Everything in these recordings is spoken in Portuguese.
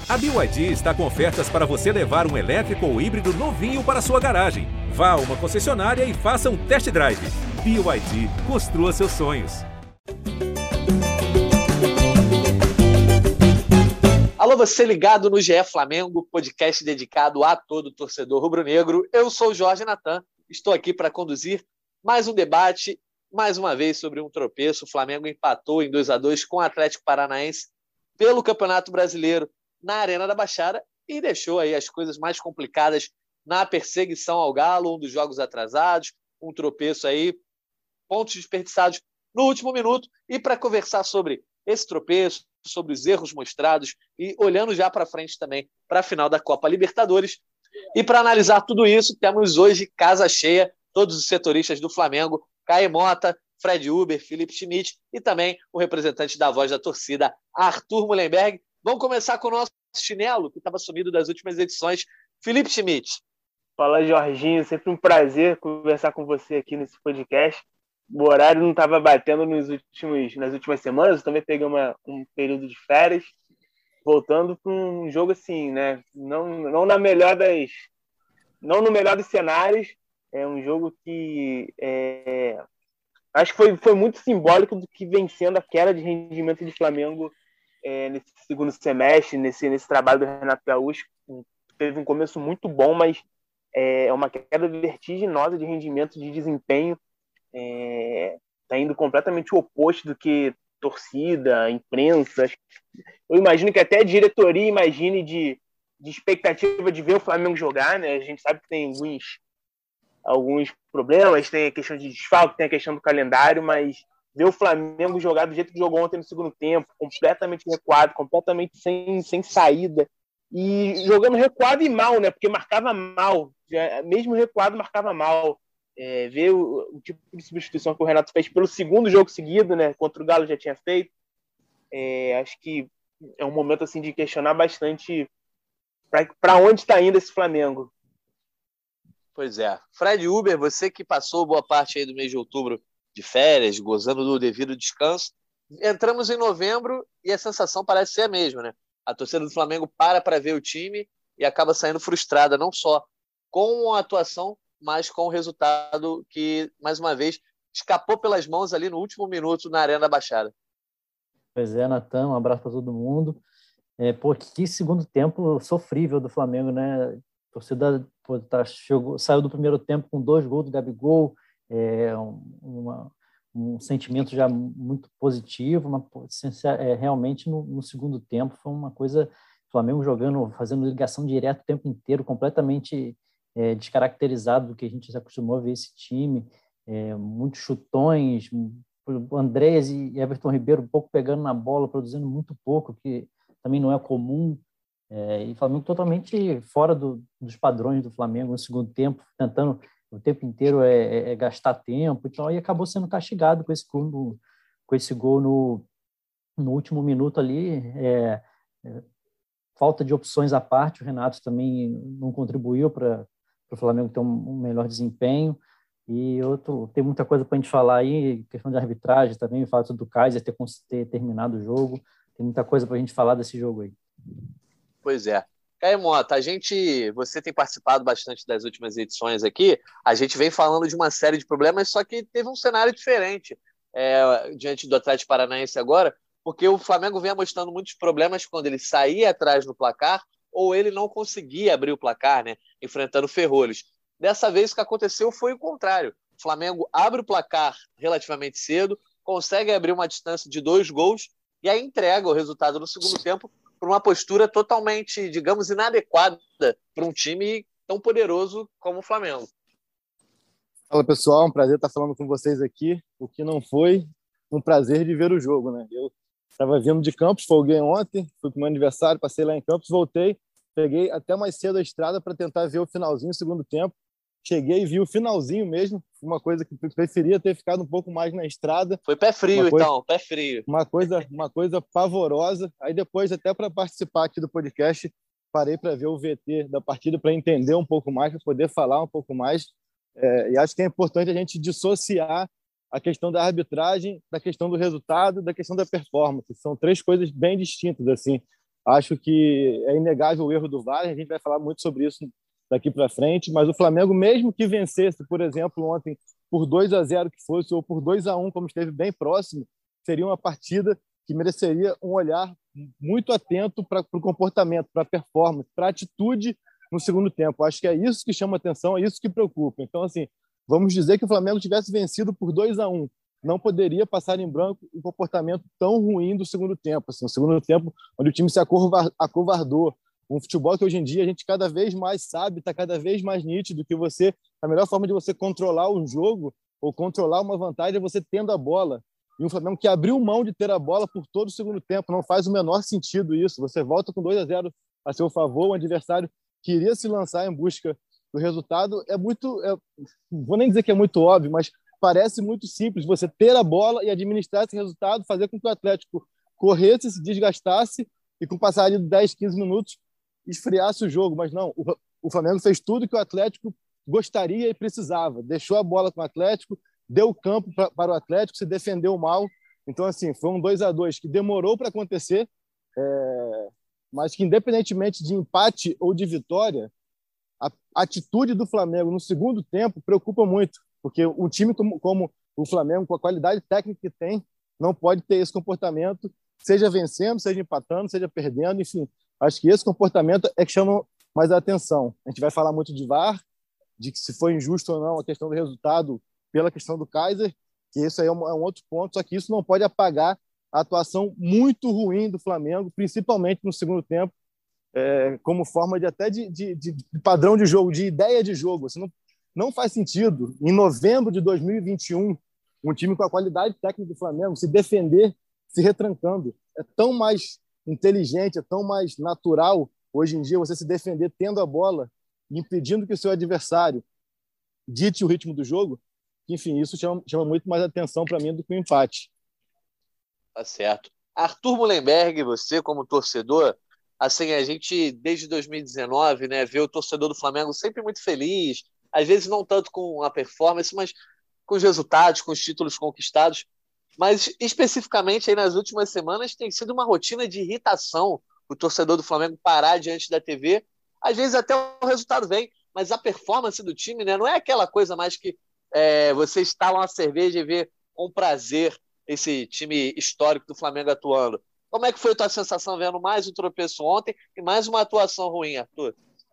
A BYD está com ofertas para você levar um elétrico ou híbrido novinho para sua garagem. Vá a uma concessionária e faça um test drive. BYD, construa seus sonhos. Alô, você ligado no GE Flamengo, podcast dedicado a todo torcedor rubro-negro. Eu sou o Jorge Natan, estou aqui para conduzir mais um debate, mais uma vez sobre um tropeço. O Flamengo empatou em 2-2 com o Atlético Paranaense pelo Campeonato Brasileiro na Arena da Baixada e deixou aí as coisas mais complicadas na perseguição ao Galo, um dos jogos atrasados, um tropeço aí, pontos desperdiçados no último minuto. E para conversar sobre esse tropeço, sobre os erros mostrados e olhando já para frente também para a final da Copa Libertadores. E para analisar tudo isso, temos hoje casa cheia, todos os setoristas do Flamengo, Caio Mota, Fred Uber, Felipe Schmidt e também o representante da voz da torcida, Arthur Mullenberg. Vamos começar com o nosso chinelo, que estava sumido das últimas edições, Felipe Schmidt. Fala, Jorginho, sempre um prazer conversar com você aqui nesse podcast. O horário não estava batendo nas últimas semanas, eu também peguei um período de férias, voltando para um jogo assim, né? Não no melhor dos cenários, é um jogo que acho que foi muito simbólico do que vem sendo a queda de rendimento de Flamengo nesse segundo semestre, nesse trabalho do Renato Gaúcho. Teve um começo muito bom, mas é uma queda vertiginosa de rendimento, de desempenho. Está indo completamente o oposto do que torcida, imprensa. Eu imagino que até a diretoria imagine de expectativa de ver o Flamengo jogar, né? A gente sabe que tem alguns problemas, tem a questão de desfalque, tem a questão do calendário, mas ver o Flamengo jogar do jeito que jogou ontem no segundo tempo, completamente recuado, completamente sem saída, e jogando recuado e mal, né? Porque marcava mal, mesmo recuado marcava mal. Ver o tipo de substituição que o Renato fez pelo segundo jogo seguido, né? Contra o Galo já tinha feito. Acho que é um momento assim de questionar bastante para onde está indo esse Flamengo. Pois é. Fred Uber, você que passou boa parte aí do mês de outubro de férias, gozando do devido descanso, entramos em novembro e a sensação parece ser a mesma, né? A torcida do Flamengo para ver o time e acaba saindo frustrada, não só com a atuação, mas com o resultado que, mais uma vez, escapou pelas mãos ali no último minuto na Arena da Baixada. Pois é, Natan, um abraço para todo mundo. Que segundo tempo sofrível do Flamengo, né? A torcida saiu do primeiro tempo com 2 gols do Gabigol, um sentimento já muito positivo, mas realmente no segundo tempo foi uma coisa, o Flamengo jogando, fazendo ligação direta o tempo inteiro, completamente descaracterizado do que a gente se acostumou a ver esse time, muitos chutões, o Andrés e Everton Ribeiro um pouco pegando na bola, produzindo muito pouco, que também não é comum, e o Flamengo totalmente fora dos padrões do Flamengo no segundo tempo, tentando o tempo inteiro gastar tempo, então aí acabou sendo castigado com esse gol no último minuto ali, falta de opções à parte, o Renato também não contribuiu para o Flamengo ter um melhor desempenho, e tem muita coisa para a gente falar aí, questão de arbitragem também, o fato do Kaiser ter terminado o jogo, tem muita coisa para a gente falar desse jogo aí. Pois é. Caio Mota, você tem participado bastante das últimas edições aqui, a gente vem falando de uma série de problemas, só que teve um cenário diferente diante do Atlético Paranaense agora, porque o Flamengo vem mostrando muitos problemas quando ele saía atrás no placar ou ele não conseguia abrir o placar, né, enfrentando ferrolhos. Dessa vez o que aconteceu foi o contrário. O Flamengo abre o placar relativamente cedo, consegue abrir uma distância de 2 gols e aí entrega o resultado no segundo tempo por uma postura totalmente, digamos, inadequada para um time tão poderoso como o Flamengo. Fala, pessoal, um prazer estar falando com vocês aqui. O que não foi um prazer de ver o jogo, né? Eu estava vindo de Campos, folguei ontem, fui para o meu aniversário, passei lá em Campos, voltei, peguei até mais cedo a estrada para tentar ver o finalzinho do segundo tempo. Cheguei e vi o finalzinho mesmo, uma coisa que preferia ter ficado um pouco mais na estrada. Foi pé frio, então, pé frio. Uma coisa pavorosa. Aí depois, até para participar aqui do podcast, parei para ver o VT da partida, para entender um pouco mais, para poder falar um pouco mais. E acho que é importante a gente dissociar a questão da arbitragem, da questão do resultado, da questão da performance. São 3 coisas bem distintas, assim. Acho que é inegável o erro do VAR, a gente vai falar muito sobre isso daqui para frente, mas o Flamengo, mesmo que vencesse, por exemplo, ontem por 2-0 que fosse, ou por 2-1, como esteve bem próximo, seria uma partida que mereceria um olhar muito atento para o comportamento, para a performance, para a atitude no segundo tempo. Acho que é isso que chama atenção, é isso que preocupa. Então, assim, vamos dizer que o Flamengo tivesse vencido por 2-1, não poderia passar em branco um comportamento tão ruim do segundo tempo. Assim, o segundo tempo onde o time se acovardou. Um futebol que hoje em dia a gente cada vez mais sabe, está cada vez mais nítido, que a melhor forma de você controlar um jogo ou controlar uma vantagem é você tendo a bola. E um Flamengo que abriu mão de ter a bola por todo o segundo tempo. Não faz o menor sentido isso. Você volta com 2-0 a seu favor, o adversário queria se lançar em busca do resultado. Vou nem dizer que é muito óbvio, mas parece muito simples você ter a bola e administrar esse resultado, fazer com que o Atlético corresse, se desgastasse e com o passar de 10, 15 minutos esfriasse o jogo. Mas não, o Flamengo fez tudo que o Atlético gostaria e precisava. Deixou a bola com o Atlético, deu campo para o Atlético, se defendeu mal. Então, assim, foi um 2-2 que demorou para acontecer, mas que, independentemente de empate ou de vitória, a atitude do Flamengo no segundo tempo preocupa muito, porque um time como o Flamengo, com a qualidade técnica que tem, não pode ter esse comportamento, seja vencendo, seja empatando, seja perdendo, enfim. Acho que esse comportamento é que chama mais a atenção. A gente vai falar muito de VAR, de que se foi injusto ou não a questão do resultado pela questão do Kaiser, que isso aí é um outro ponto, só que isso não pode apagar a atuação muito ruim do Flamengo, principalmente no segundo tempo, como forma de padrão de jogo, de ideia de jogo. Assim, não faz sentido, em novembro de 2021, um time com a qualidade técnica do Flamengo se defender se retrancando. É tão mais inteligente, é tão mais natural, hoje em dia, você se defender tendo a bola, impedindo que o seu adversário dite o ritmo do jogo. Enfim, isso chama muito mais atenção para mim do que o empate. Tá certo. Arthur Mullenberg, você como torcedor, assim, a gente desde 2019, né, vê o torcedor do Flamengo sempre muito feliz, às vezes não tanto com a performance, mas com os resultados, com os títulos conquistados, mas especificamente aí nas últimas semanas tem sido uma rotina de irritação o torcedor do Flamengo parar diante da TV, às vezes até o resultado vem, mas a performance do time, né, não é aquela coisa mais que você instala uma cerveja e vê com prazer esse time histórico do Flamengo atuando. Como é que foi a tua sensação vendo mais um tropeço ontem e mais uma atuação ruim, Arthur?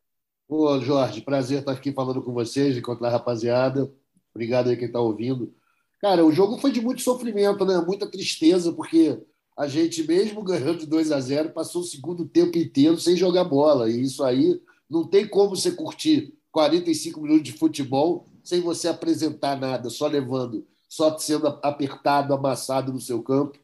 Ô, Jorge, prazer estar aqui falando com vocês, encontrar a rapaziada. Obrigado aí quem está ouvindo. Cara, o jogo foi de muito sofrimento, né? Muita tristeza, porque a gente, mesmo ganhando de 2-0, passou o segundo tempo inteiro sem jogar bola. E isso aí não tem como você curtir 45 minutos de futebol sem você apresentar nada, só sendo apertado, amassado no seu campo.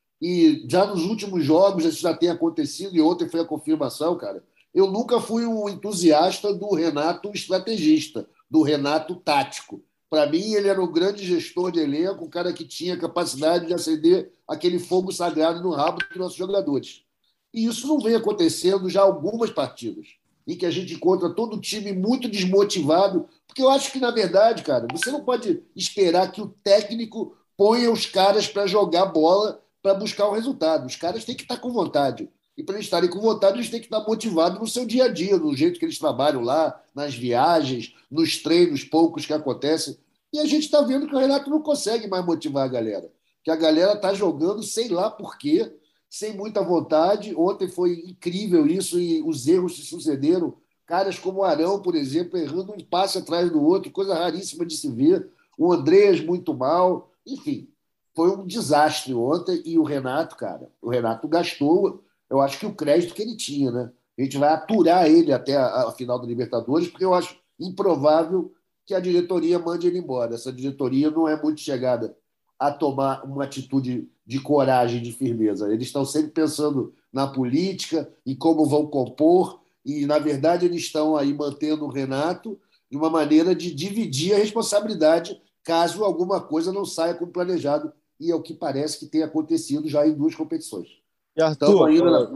E já nos últimos jogos isso já tem acontecido, e ontem foi a confirmação, cara. Eu nunca fui um entusiasta do Renato estrategista, do Renato tático. Para mim, ele era um grande gestor de elenco, um cara que tinha capacidade de acender aquele fogo sagrado no rabo dos nossos jogadores. E isso não vem acontecendo já há algumas partidas, em que a gente encontra todo o time muito desmotivado, porque eu acho que, na verdade, cara, você não pode esperar que o técnico ponha os caras para jogar bola, para buscar o resultado. Os caras têm que estar com vontade. E para eles estarem com vontade, eles têm que estar motivados no seu dia a dia, no jeito que eles trabalham lá, nas viagens, nos treinos poucos que acontecem. E a gente está vendo que o Renato não consegue mais motivar a galera. Que a galera está jogando, sei lá por quê, sem muita vontade. Ontem foi incrível isso e os erros se sucederam. Caras como o Arão, por exemplo, errando um passe atrás do outro, coisa raríssima de se ver. O Andreas muito mal. Enfim, foi um desastre ontem. E o Renato, cara, o Renato gastou, eu acho que o crédito que ele tinha, né? A gente vai aturar ele até a final da Libertadores, porque eu acho improvável que a diretoria mande ele embora. Essa diretoria não é muito chegada a tomar uma atitude de coragem, de firmeza. Eles estão sempre pensando na política e como vão compor, e, na verdade, eles estão aí mantendo o Renato de uma maneira de dividir a responsabilidade caso alguma coisa não saia como planejado, e é o que parece que tem acontecido já em 2 competições. E Arthur,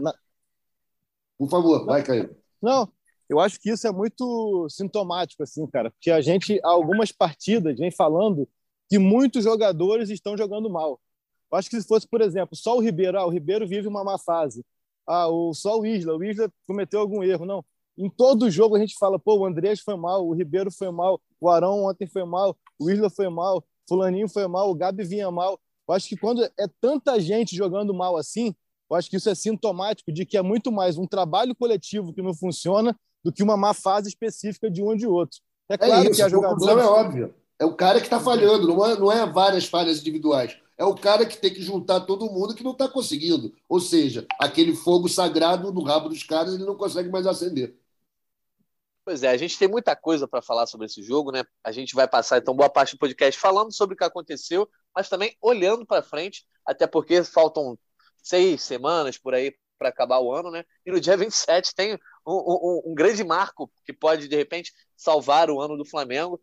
por favor, vai, Caio. Não, eu acho que isso é muito sintomático, assim, cara, porque a gente, há algumas partidas, vem falando que muitos jogadores estão jogando mal. Eu acho que se fosse, por exemplo, só o Ribeiro, o Ribeiro vive uma má fase. só o Isla cometeu algum erro. Não. Em todo jogo a gente fala, o Andrés foi mal, o Ribeiro foi mal, o Arão ontem foi mal, o Isla foi mal, fulaninho foi mal, o Gabi vinha mal. Eu acho que quando é tanta gente jogando mal assim, eu acho que isso é sintomático de que é muito mais um trabalho coletivo que não funciona do que uma má fase específica de um ou de outro. É claro que a há jogadores... conclusão é óbvia. É o cara que está falhando, não é várias falhas individuais. É o cara que tem que juntar todo mundo que não está conseguindo. Ou seja, aquele fogo sagrado no rabo dos caras ele não consegue mais acender. Pois é, a gente tem muita coisa para falar sobre esse jogo, né? A gente vai passar, então, boa parte do podcast falando sobre o que aconteceu, mas também olhando para frente, até porque faltam 6 semanas por aí para acabar o ano, né? E no dia 27 tem um grande marco que pode, de repente, salvar o ano do Flamengo.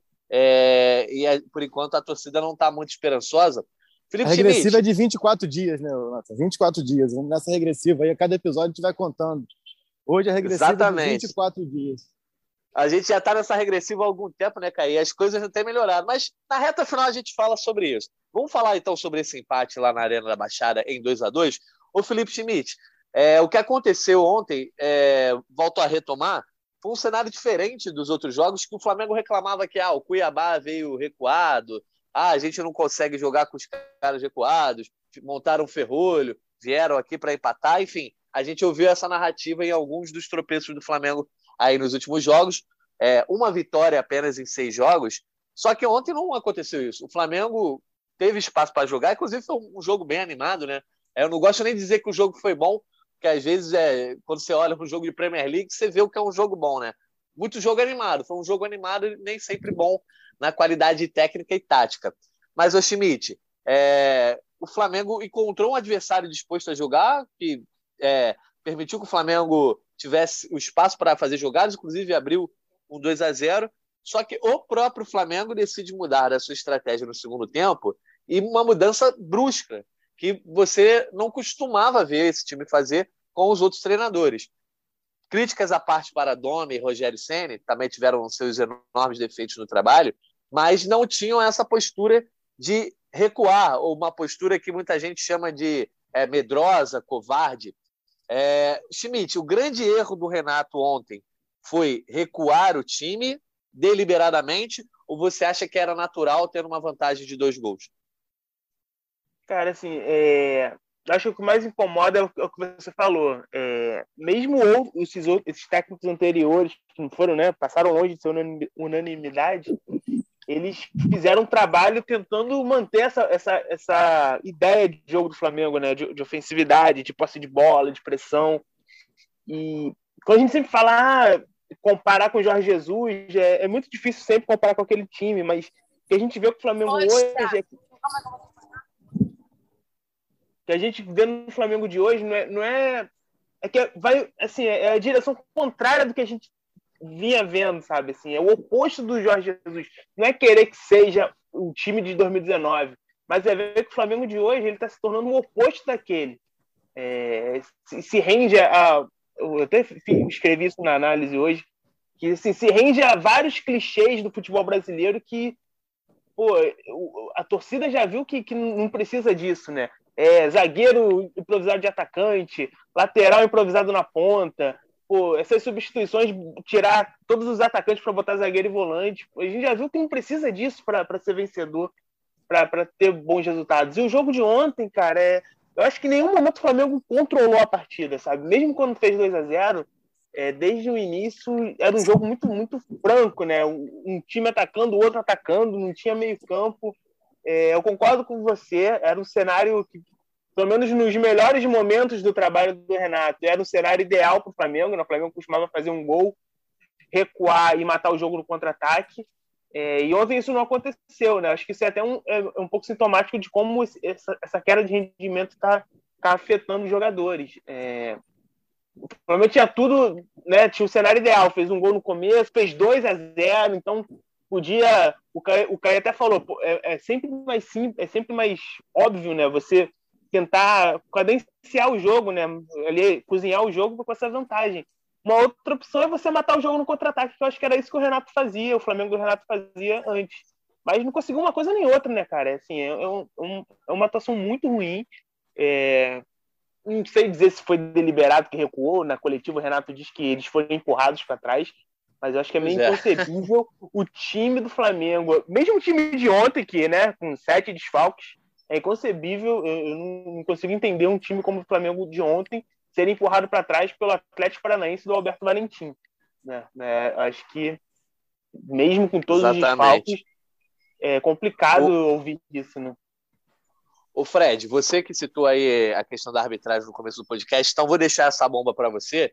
Por enquanto, a torcida não está muito esperançosa. Felipe Schmidt. A regressiva é de 24 dias, né, Nathan? 24 dias. Nessa regressiva aí, a cada episódio a gente vai contando. Hoje a regressiva é de 24 dias. A gente já está nessa regressiva há algum tempo, né, Caí? As coisas não têm melhorado, mas na reta final a gente fala sobre isso. Vamos falar, então, sobre esse empate lá na Arena da Baixada em 2-2. Ô, Felipe Schmidt, o que aconteceu ontem, volto a retomar, foi um cenário diferente dos outros jogos, que o Flamengo reclamava que o Cuiabá veio recuado, a gente não consegue jogar com os caras recuados, montaram um ferrolho, vieram aqui para empatar, enfim, a gente ouviu essa narrativa em alguns dos tropeços do Flamengo aí nos últimos jogos, uma vitória apenas em 6 jogos, só que ontem não aconteceu isso. O Flamengo teve espaço para jogar, inclusive foi um jogo bem animado, né? Eu não gosto nem de dizer que o jogo foi bom, porque às vezes, quando você olha para um jogo de Premier League, você vê o que é um jogo bom, né? Muito jogo animado, foi um jogo animado e nem sempre bom na qualidade técnica e tática. Mas, ô Schmidt, o Flamengo encontrou um adversário disposto a jogar, que permitiu que o Flamengo tivesse o espaço para fazer jogadas, inclusive abriu um 2-0, só que o próprio Flamengo decide mudar a sua estratégia no segundo tempo, e uma mudança brusca, que você não costumava ver esse time fazer com os outros treinadores. Críticas à parte para Domi e Rogério Ceni, também tiveram seus enormes defeitos no trabalho, mas não tinham essa postura de recuar, ou uma postura que muita gente chama de medrosa, covarde. Schmidt, o grande erro do Renato ontem foi recuar o time deliberadamente, ou você acha que era natural ter uma vantagem de 2 gols? Cara, assim, acho que o que mais incomoda é o que você falou. Mesmo esses técnicos anteriores, que não foram, né, passaram longe de ser unanimidade, eles fizeram um trabalho tentando manter essa ideia de jogo do Flamengo, né, de ofensividade, de posse de bola, de pressão. E quando a gente sempre fala, comparar com o Jorge Jesus, é muito difícil sempre comparar com aquele time, mas o que a gente vê com o Flamengo hoje que a gente vê no Flamengo de hoje é a direção contrária do que a gente vinha vendo, sabe? Assim, é o oposto do Jorge Jesus. Não é querer que seja o time de 2019, mas é ver que o Flamengo de hoje ele está se tornando o oposto daquele. Se rende a... Eu até escrevi isso na análise hoje, que assim, se rende a vários clichês do futebol brasileiro que a torcida já viu que não precisa disso, né? Zagueiro improvisado de atacante, lateral improvisado na ponta, essas substituições, tirar todos os atacantes para botar zagueiro e volante. A gente já viu que não precisa disso para ser vencedor, para ter bons resultados. E o jogo de ontem, cara, eu acho que em nenhum momento o Flamengo controlou a partida, sabe? Mesmo quando fez 2-0, desde o início era um jogo muito, muito franco, né? Um time atacando, o outro atacando, não tinha meio campo. Eu concordo com você, era um cenário que, pelo menos nos melhores momentos do trabalho do Renato, era um cenário ideal para o Flamengo, né? O Flamengo costumava fazer um gol, recuar e matar o jogo no contra-ataque, e ontem isso não aconteceu, né? Acho que isso é até um pouco sintomático de como essa queda de rendimento está afetando os jogadores. O Flamengo tinha tudo, né? Tinha o cenário ideal, fez um gol no começo, fez 2-0, então podia... O Caio até falou, é sempre mais simples, é sempre mais óbvio, né? Você tentar cadenciar o jogo, né? Ali, cozinhar o jogo com essa vantagem. Uma outra opção é você matar o jogo no contra-ataque, que eu acho que era isso que o Renato fazia, o Flamengo do Renato fazia antes. Mas não conseguiu uma coisa nem outra, né, cara? Assim, é uma atuação muito ruim. não sei dizer se foi deliberado que recuou. Na coletiva, o Renato diz que eles foram empurrados para trás, mas eu acho que é meio inconcebível o time do Flamengo, mesmo o time de ontem, que, né, com 7 desfalques, é inconcebível. Eu não consigo entender um time como o Flamengo de ontem ser empurrado para trás pelo Atlético Paranaense do Alberto Valentim, né? Acho que, mesmo com todos os desfalques, é complicado ouvir isso, né? Ô Fred, você que citou aí a questão da arbitragem no começo do podcast, então vou deixar essa bomba para você.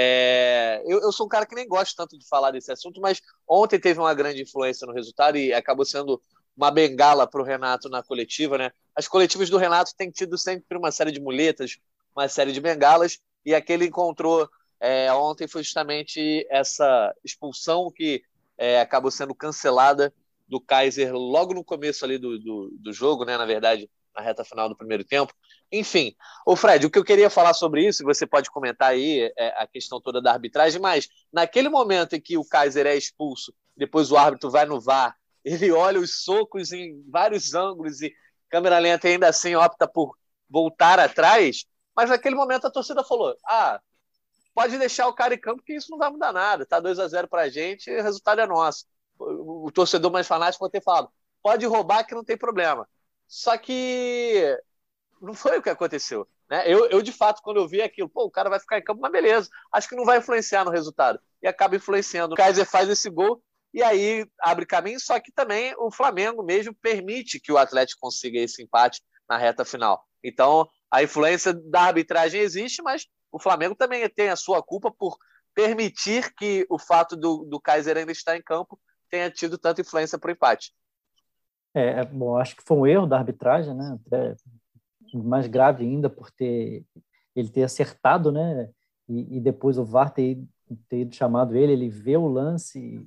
Eu sou um cara que nem gosto tanto de falar desse assunto, mas ontem teve uma grande influência no resultado e acabou sendo uma bengala para o Renato na coletiva, né? As coletivas do Renato têm tido sempre uma série de muletas, uma série de bengalas, e a que ele encontrou ontem foi justamente essa expulsão que acabou sendo cancelada do Kaiser logo no começo ali do jogo, né? Na verdade, na reta final do primeiro tempo. Enfim, ô Fred, o que eu queria falar sobre isso, você pode comentar aí a questão toda da arbitragem, mas naquele momento em que o Kaiser é expulso, depois o árbitro vai no VAR, ele olha os socos em vários ângulos e câmera lenta ainda assim opta por voltar atrás, mas naquele momento a torcida falou, pode deixar o cara em campo que isso não vai mudar nada, tá 2-0 pra gente e o resultado é nosso. O torcedor mais fanático vai ter falado, pode roubar que não tem problema. Só que não foi o que aconteceu, né? Eu, de fato, quando eu vi aquilo, o cara vai ficar em campo, mas beleza, acho que não vai influenciar no resultado. E acaba influenciando. O Kaiser faz esse gol e aí abre caminho, só que também o Flamengo mesmo permite que o Atlético consiga esse empate na reta final. Então, a influência da arbitragem existe, mas o Flamengo também tem a sua culpa por permitir que o fato do Kaiser ainda estar em campo tenha tido tanta influência para o empate. Bom, acho que foi um erro da arbitragem, né? Até mais grave ainda por ele ter acertado, né? E depois o VAR ter ido chamado ele vê o lance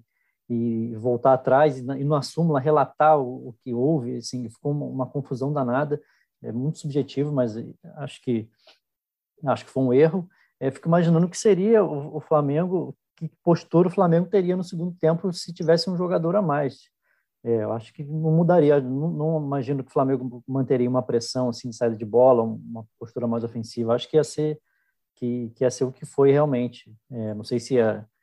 e voltar atrás e na súmula relatar o que houve, assim, ficou uma confusão danada. É muito subjetivo, mas acho que foi um erro. Fico imaginando o que seria o Flamengo, que postura o Flamengo teria no segundo tempo se tivesse um jogador a mais. Eu acho que não mudaria, não imagino que o Flamengo manteria uma pressão assim, de saída de bola, uma postura mais ofensiva. Acho que ia ser o que foi realmente. Não sei se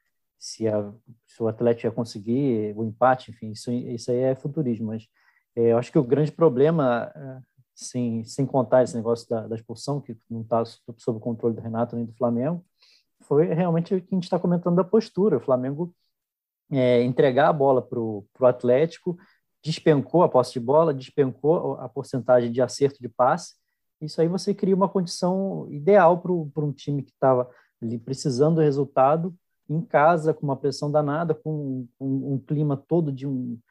o Atlético ia conseguir o empate, enfim, isso aí é futurismo, mas eu acho que o grande problema, sem contar esse negócio da expulsão, que não está sob o controle do Renato nem do Flamengo, foi realmente o que a gente está comentando da postura. O Flamengo entregar a bola para o Atlético, despencou a posse de bola, despencou a porcentagem de acerto de passe. Isso aí você cria uma condição ideal para um time que estava ali precisando do resultado, em casa, com uma pressão danada, com um clima todo de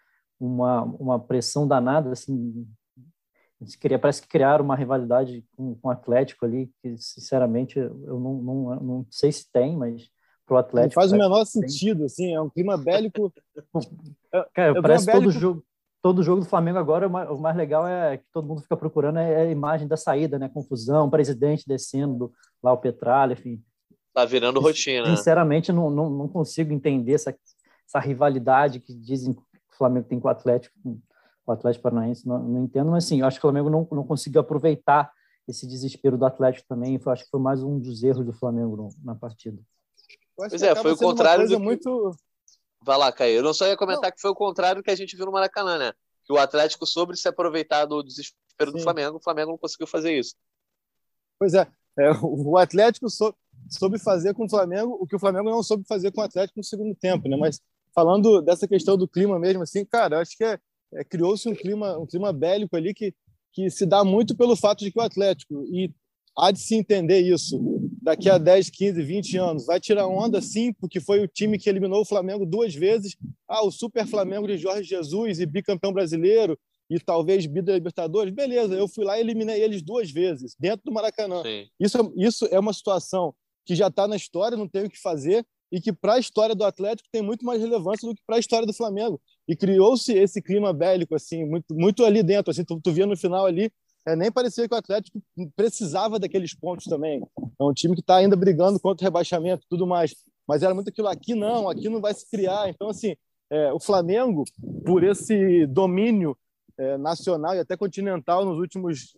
uma pressão danada, assim, parece que criaram uma rivalidade com o Atlético ali, que sinceramente eu não sei se tem, mas pro Atlético. Não faz o menor sentido, assim, é um clima bélico. Cara, parece todo jogo do Flamengo agora, o mais legal é que todo mundo fica procurando a imagem da saída, né? Confusão, presidente descendo lá o Petralha, enfim. Tá virando rotina. Sinceramente, não consigo entender essa rivalidade que dizem que o Flamengo tem com o Atlético Paranaense, não entendo, mas sim, eu acho que o Flamengo não conseguiu aproveitar esse desespero do Atlético também, acho que foi mais um dos erros do Flamengo na partida. Pois foi o contrário do muito... Vai lá, Caio. Eu não só ia comentar que foi o contrário do que a gente viu no Maracanã, né? Que o Atlético soube se aproveitar do desespero do Flamengo, o Flamengo não conseguiu fazer isso. Pois o Atlético soube fazer com o Flamengo o que o Flamengo não soube fazer com o Atlético no segundo tempo, né? Mas falando dessa questão do clima mesmo, assim, cara, eu acho que criou-se um clima bélico ali que se dá muito pelo fato de que o Atlético, e há de se entender isso, daqui a 10, 15, 20 anos, vai tirar onda sim, porque foi o time que eliminou o Flamengo 2 vezes, o Super Flamengo de Jorge Jesus e bicampeão brasileiro, e talvez bi da Libertadores, beleza, eu fui lá e eliminei eles 2 vezes, dentro do Maracanã. Isso é uma situação que já está na história, não tem o que fazer, e que para a história do Atlético tem muito mais relevância do que para a história do Flamengo. E criou-se esse clima bélico, assim, muito, muito ali dentro, assim, tu via no final ali, nem parecia que o Atlético precisava daqueles pontos também. É um time que está ainda brigando contra o rebaixamento e tudo mais. Mas era muito aquilo, aqui não vai se criar. Então, assim, o Flamengo, por esse domínio nacional e até continental nos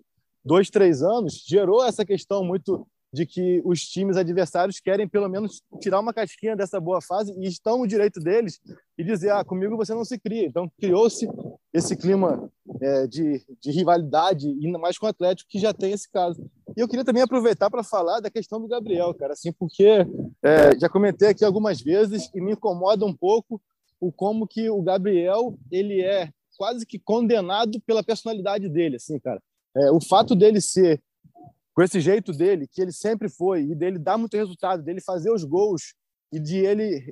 2, 3 anos, gerou essa questão muito de que os times adversários querem pelo menos tirar uma casquinha dessa boa fase e estão no direito deles e dizer, comigo você não se cria. Então criou-se esse clima de rivalidade, ainda mais com o Atlético, que já tem esse caso. E eu queria também aproveitar para falar da questão do Gabriel, cara, assim, porque já comentei aqui algumas vezes e me incomoda um pouco o como que o Gabriel ele é quase que condenado pela personalidade dele, assim, cara. O fato dele ser com esse jeito dele, que ele sempre foi, e dele dar muito resultado, dele fazer os gols e de ele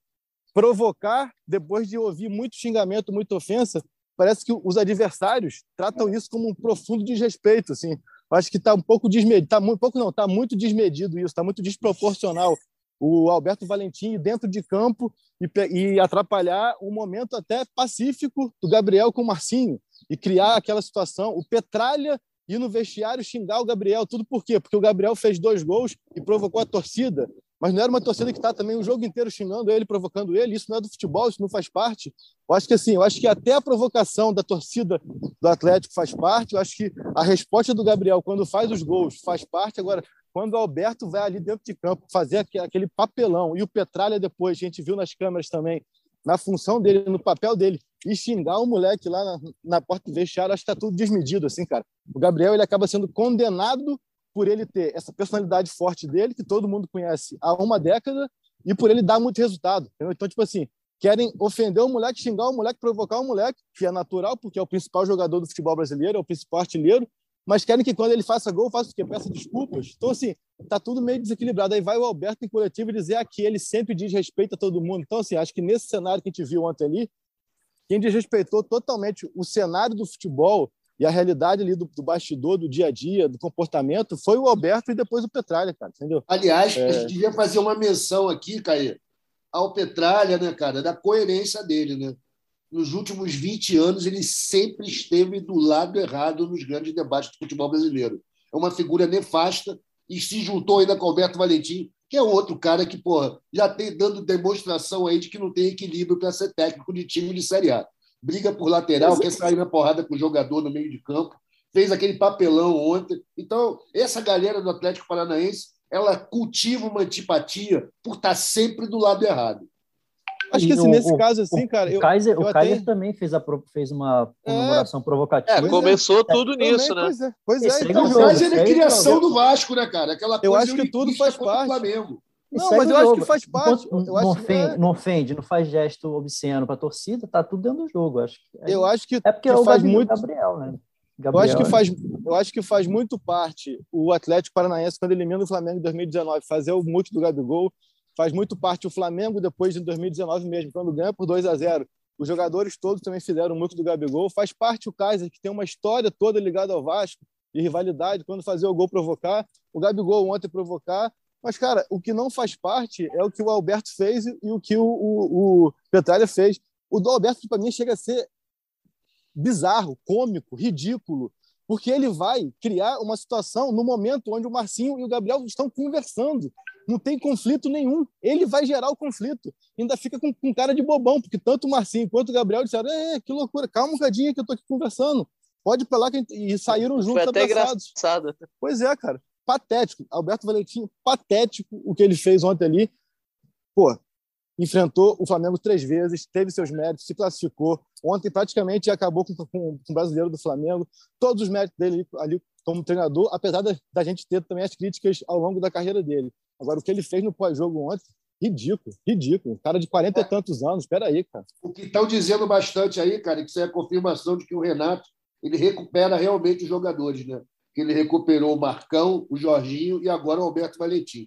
provocar, depois de ouvir muito xingamento, muita ofensa, parece que os adversários tratam isso como um profundo desrespeito, assim. Eu acho que está um pouco desmedido, está muito desmedido isso, está muito desproporcional o Alberto Valentim dentro de campo e atrapalhar um momento até pacífico do Gabriel com o Marcinho e criar aquela situação, o Petralha ir no vestiário xingar o Gabriel, tudo por quê? Porque o Gabriel fez 2 gols e provocou a torcida, mas não era uma torcida que está também o jogo inteiro xingando ele, provocando ele, isso não é do futebol, isso não faz parte. Eu acho que até a provocação da torcida do Atlético faz parte, eu acho que a resposta do Gabriel quando faz os gols faz parte. Agora, quando o Alberto vai ali dentro de campo fazer aquele papelão, e o Petralha depois, a gente viu nas câmeras também, na função dele, no papel dele, e xingar o moleque lá na porta do vestiário, acho que está tudo desmedido, assim, cara. O Gabriel, ele acaba sendo condenado por ele ter essa personalidade forte dele, que todo mundo conhece há uma década, e por ele dar muito resultado, entendeu? Então, tipo assim, querem ofender o moleque, xingar o moleque, provocar o moleque, que é natural, porque é o principal jogador do futebol brasileiro, é o principal artilheiro, mas querem que quando ele faça gol, faça o quê? Peça desculpas. Então, assim, tá tudo meio desequilibrado. Aí vai o Alberto em coletivo e dizer que ele sempre diz respeito a todo mundo. Então, assim, acho que nesse cenário que a gente viu ontem ali, quem desrespeitou totalmente o cenário do futebol e a realidade ali do bastidor, do dia a dia, do comportamento, foi o Alberto e depois o Petralha, cara, entendeu? Aliás, a gente devia fazer uma menção aqui, Caí, ao Petralha, né, cara, da coerência dele, né? Nos últimos 20 anos, ele sempre esteve do lado errado nos grandes debates do futebol brasileiro. É uma figura nefasta e se juntou ainda com o Alberto Valentim, que é outro cara que, porra, já tem dando demonstração aí de que não tem equilíbrio para ser técnico de time de Série A. Briga por lateral, quer sair na porrada com o jogador no meio de campo, fez aquele papelão ontem. Então, essa galera do Atlético Paranaense, ela cultiva uma antipatia por estar sempre do lado errado. Acho que assim, nesse caso, assim, cara... O Kaiser também fez uma comemoração provocativa. Começou tudo nisso, né? Pois é. Então, o Kaiser é criação do Vasco, né, cara? Aquela coisa, eu acho que tudo faz parte. Flamengo. Não, mas eu acho que faz parte. Não ofende, não faz gesto obsceno para a torcida, tá tudo dentro do jogo. Eu acho que é porque que é o faz muito. Gabriel, né? Eu acho que faz muito parte o Atlético Paranaense, quando elimina o Flamengo em 2019, fazer o multi do Gabigol. Faz muito parte o Flamengo, depois de 2019 mesmo, quando ganha por 2-0. Os jogadores todos também fizeram muito do Gabigol. Faz parte o Kaiser, que tem uma história toda ligada ao Vasco, de rivalidade, quando fazia o gol provocar. O Gabigol ontem provocar. Mas, cara, o que não faz parte é o que o Alberto fez e o que o Petralha fez. O do Alberto, para mim, chega a ser bizarro, cômico, ridículo, porque ele vai criar uma situação no momento onde o Marcinho e o Gabriel estão conversando. Não tem conflito nenhum. Ele vai gerar o conflito. Ainda fica com cara de bobão, porque tanto o Marcinho quanto o Gabriel disseram: que loucura, calma um cadinho que eu tô aqui conversando. Pode ir pra lá. E saíram juntos, abraçados. Foi até abraçados. Engraçado. Pois é, cara. Patético. Alberto Valentim, patético o que ele fez ontem ali. Pô, enfrentou o Flamengo 3 vezes, teve seus méritos, se classificou. Ontem praticamente acabou com o brasileiro do Flamengo. Todos os méritos dele ali como treinador, apesar da gente ter também as críticas ao longo da carreira dele. Agora, o que ele fez no pós-jogo ontem, ridículo. Cara de 40 e tantos anos, espera aí, cara. O que estão dizendo bastante aí, cara, que isso é a confirmação de que o Renato ele recupera realmente os jogadores, né? Que ele recuperou o Marcão, o Jorginho e agora o Alberto Valentim.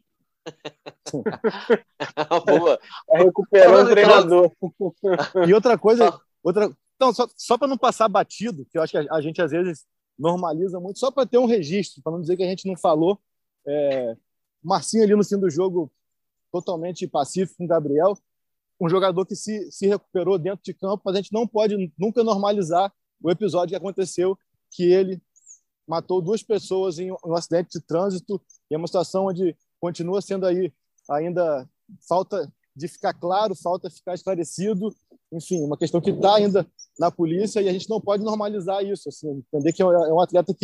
Boa. Recuperou o treinador. E outra coisa... Então, só para não passar batido, que eu acho que a gente às vezes normaliza muito, só para ter um registro, para não dizer que a gente não falou, Marcinho ali no fim do jogo totalmente pacífico com o Gabriel, um jogador que se recuperou dentro de campo, mas a gente não pode nunca normalizar o episódio que aconteceu, que ele matou 2 pessoas em um acidente de trânsito, e é uma situação onde continua sendo aí ainda falta de ficar claro, falta de ficar esclarecido, enfim, uma questão que está ainda na polícia e a gente não pode normalizar isso, assim, entender que é um atleta que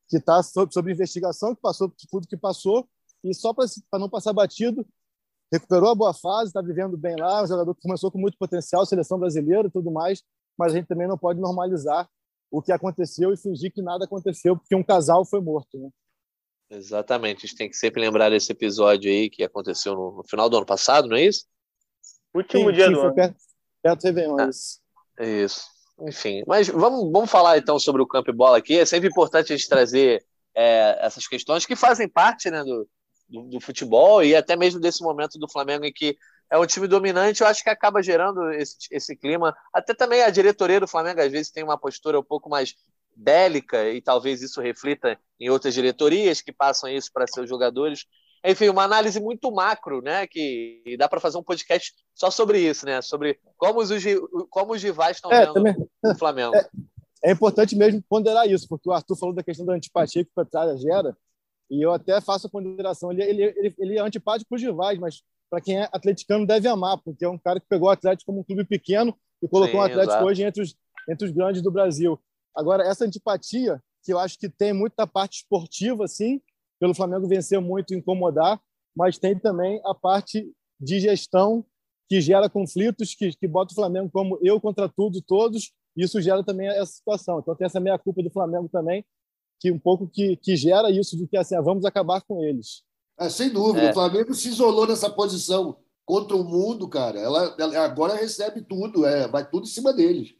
que está sob investigação, que passou por tudo que passou, e só para não passar batido, recuperou a boa fase, está vivendo bem lá, um jogador que começou com muito potencial, seleção brasileira e tudo mais, mas a gente também não pode normalizar o que aconteceu e fingir que nada aconteceu, porque um casal foi morto, né? Exatamente, a gente tem que sempre lembrar desse episódio aí que aconteceu no final do ano passado, não é isso? Último dia do ano. Perto do Réveillon, isso. Isso. Enfim, mas vamos falar então sobre o campo e bola aqui. É sempre importante a gente trazer essas questões que fazem parte, né, do futebol e até mesmo desse momento do Flamengo em que é um time dominante. Eu acho que acaba gerando esse clima. Até também a diretoria do Flamengo às vezes tem uma postura um pouco mais bélica e talvez isso reflita em outras diretorias que passam isso para seus jogadores. Enfim, uma análise muito macro, né? Que dá para fazer um podcast só sobre isso, né? Sobre como os rivais estão vendo também o Flamengo. É importante mesmo ponderar isso, porque o Arthur falou da questão da antipatia que o Petralha gera, e eu até faço a ponderação. Ele é antipático para os rivais, mas para quem é atleticano deve amar, porque é um cara que pegou o Atlético como um clube pequeno e colocou o Atlético exato. Hoje entre os grandes do Brasil. Agora, essa antipatia, que eu acho que tem muito da parte esportiva, sim, pelo Flamengo vencer muito e incomodar, mas tem também a parte de gestão que gera conflitos, que bota o Flamengo como eu contra tudo e todos, e isso gera também essa situação. Então tem essa meia-culpa do Flamengo também, que um pouco que gera isso de que assim, vamos acabar com eles. Sem dúvida, o Flamengo se isolou nessa posição contra o mundo, cara. Ela agora recebe tudo, vai tudo em cima deles.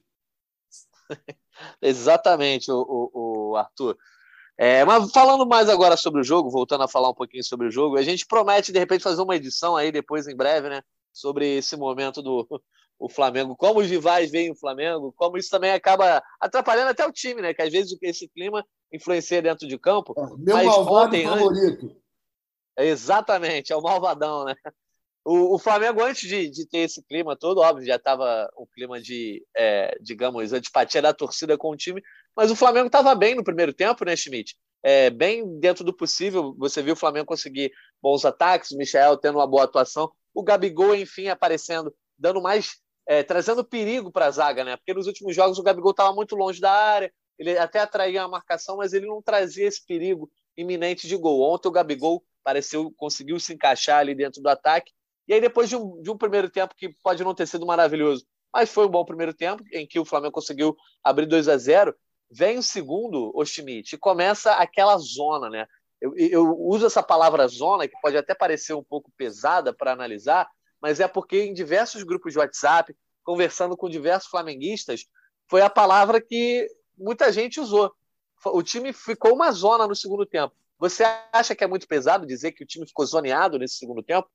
Exatamente, o Arthur. Mas falando mais agora sobre o jogo, voltando a falar um pouquinho sobre o jogo, a gente promete, de repente, fazer uma edição aí depois, em breve, né, sobre esse momento do Flamengo, como os rivais veem o Flamengo, como isso também acaba atrapalhando até o time, né, que às vezes esse clima influencia dentro de campo. Meu malvado favorito. Exatamente, é o malvadão, né? O Flamengo, antes de ter esse clima todo, óbvio, já estava um clima de, digamos, antipatia da torcida com o time, mas o Flamengo estava bem no primeiro tempo, né, Schmidt? Bem dentro do possível, você viu o Flamengo conseguir bons ataques, o Michael tendo uma boa atuação, o Gabigol, enfim, aparecendo, dando mais, trazendo perigo para a zaga, né? Porque nos últimos jogos o Gabigol estava muito longe da área, ele até atraía a marcação, mas ele não trazia esse perigo iminente de gol. Ontem o Gabigol conseguiu se encaixar ali dentro do ataque. E aí, depois de um primeiro tempo que pode não ter sido maravilhoso, mas foi um bom primeiro tempo, em que o Flamengo conseguiu abrir 2-0, vem o segundo, o Schmidt, e começa aquela zona, né? Eu uso essa palavra zona, que pode até parecer um pouco pesada para analisar, mas é porque em diversos grupos de WhatsApp, conversando com diversos flamenguistas, foi a palavra que muita gente usou. O time ficou uma zona no segundo tempo. Você acha que é muito pesado dizer que o time ficou zoneado nesse segundo tempo?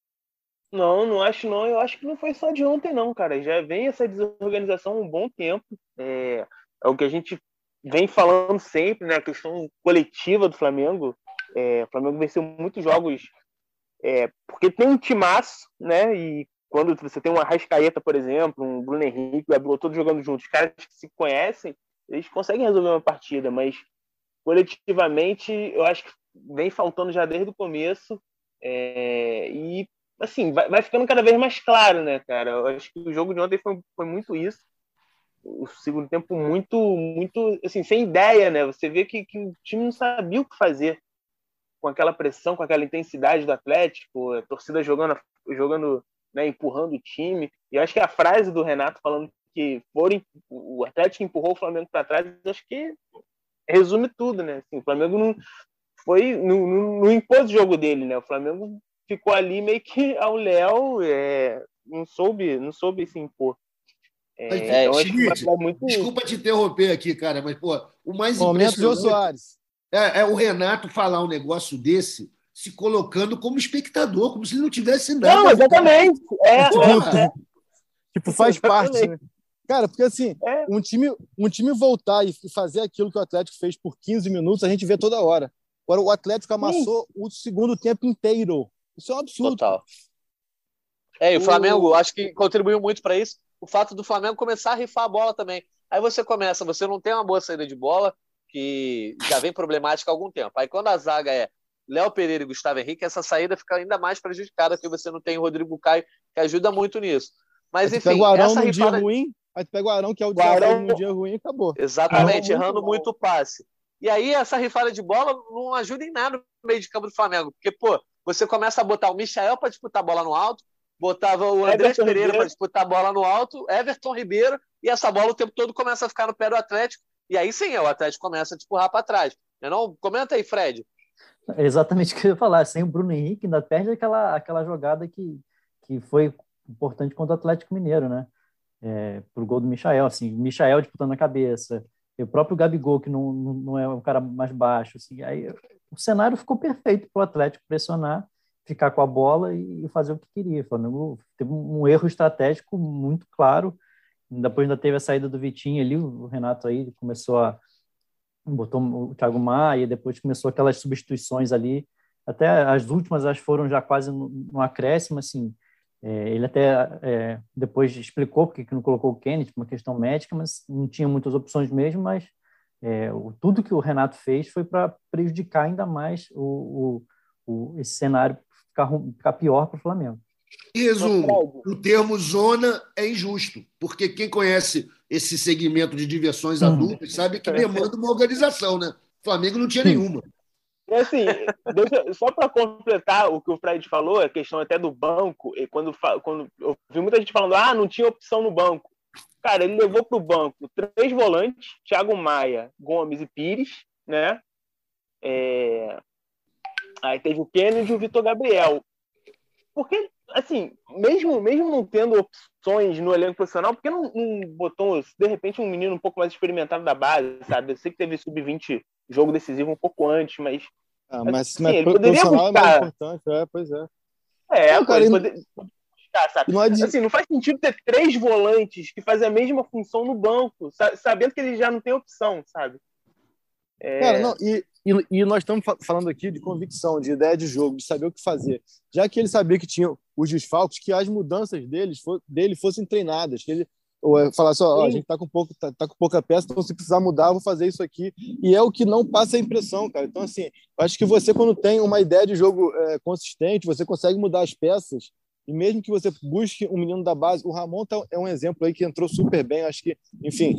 Não acho não. Eu acho que não foi só de ontem, não, cara. Já vem essa desorganização há um bom tempo. É o que a gente vem falando sempre, né? A questão coletiva do Flamengo. O Flamengo venceu muitos jogos porque tem um timaço, né? E quando você tem uma Arrascaeta, por exemplo, um Bruno Henrique, o Gabigol, todos jogando juntos, os caras que se conhecem, eles conseguem resolver uma partida, mas coletivamente eu acho que vem faltando já desde o começo. E assim, vai ficando cada vez mais claro, né, cara? Eu acho que o jogo de ontem foi muito isso. O segundo tempo muito, muito, assim, sem ideia, né? Você vê que o time não sabia o que fazer com aquela pressão, com aquela intensidade do Atlético, a torcida jogando, né, empurrando o time. E eu acho que a frase do Renato falando que o Atlético empurrou o Flamengo para trás, acho que resume tudo, né? Assim, o Flamengo não impôs o jogo dele, né? O Flamengo ficou ali meio que ao léu, não soube se impor. Então, Schmidt, desculpa te interromper aqui, cara, mas pô, o mais impressionante Soares. É o Renato falar um negócio desse, se colocando como espectador, como se ele não tivesse nada. Não, exatamente. Tipo, faz parte, né? Cara, porque assim, um time voltar e fazer aquilo que o Atlético fez por 15 minutos, a gente vê toda hora. Agora, o Atlético amassou o segundo tempo inteiro. Isso é um absurdo. Total. E o Flamengo, acho que contribuiu muito para isso. O fato do Flamengo começar a rifar a bola também. Aí você não tem uma boa saída de bola, que já vem problemática há algum tempo. Aí quando a zaga é Léo Pereira e Gustavo Henrique, essa saída fica ainda mais prejudicada, porque você não tem o Rodrigo Caio, que ajuda muito nisso. Mas enfim, pega o Arão num dia ruim, aí tu pega o Arão, que é o desafio num dia ruim, e acabou. Exatamente, errando muito o passe. E aí essa rifada de bola não ajuda em nada no meio de campo do Flamengo. Porque, pô, você começa a botar o Michael para disputar a bola no alto, botava o Andrés Pereira para disputar a bola no alto, Everton Ribeiro, e essa bola o tempo todo começa a ficar no pé do Atlético. E aí sim, o Atlético começa a te empurrar para trás. Não? Comenta aí, Fred. É exatamente o que eu ia falar. Sem o Bruno Henrique, ainda perde aquela jogada que foi importante contra o Atlético Mineiro, né? Pro gol do Michael, assim, o Michael disputando a cabeça, e o próprio Gabigol, que não é o cara mais baixo, assim, aí o cenário ficou perfeito para o Atlético pressionar, ficar com a bola e fazer o que queria. O Flamengo teve um erro estratégico muito claro. Depois ainda teve a saída do Vitinho ali, o Renato aí começou botou o Thiago Maia, depois começou aquelas substituições ali, até as últimas acho foram já quase no acréscimo, assim. Ele até depois explicou porque que não colocou o Kennedy, uma questão médica, mas não tinha muitas opções mesmo, mas tudo que o Renato fez foi para prejudicar ainda mais esse cenário ficar pior para o Flamengo. Em resumo, o termo zona é injusto, porque quem conhece esse segmento de diversões adultas sabe que demanda uma organização, né? O Flamengo não tinha nenhuma. E assim, só para completar o que o Fred falou, a questão até do banco, e quando eu vi muita gente falando, não tinha opção no banco. Cara, ele levou para o banco 3 volantes, Thiago Maia, Gomes e Pires, né? Aí teve o Kennedy e o Vitor Gabriel. Porque, assim, mesmo não tendo opções no elenco profissional, por que não botou, de repente, um menino um pouco mais experimentado da base, sabe? Eu sei que teve sub-20 jogo decisivo um pouco antes, mas... mas ele poderia profissional buscar. É mais importante, pois é. Não, cara, ele poderia buscar, sabe? Assim, não faz sentido ter 3 volantes que fazem a mesma função no banco, sabendo que ele já não tem opção, sabe? Cara, não, e nós estamos falando aqui de convicção, de ideia de jogo, de saber o que fazer. Já que ele sabia que tinha os desfalques, que as mudanças dele fossem treinadas, que ele falasse, a gente tá com pouca peça, então se precisar mudar, eu vou fazer isso aqui. E é o que não passa a impressão, cara. Então, assim, eu acho que você, quando tem uma ideia de jogo consistente, você consegue mudar as peças, e mesmo que você busque um menino da base, o Ramon é um exemplo aí que entrou super bem, acho que, enfim,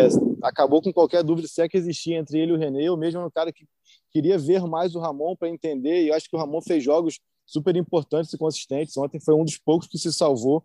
acabou com qualquer dúvida se é que existia entre ele e o René. Eu mesmo era um cara que queria ver mais o Ramon para entender, e eu acho que o Ramon fez jogos super importantes e consistentes. Ontem foi um dos poucos que se salvou.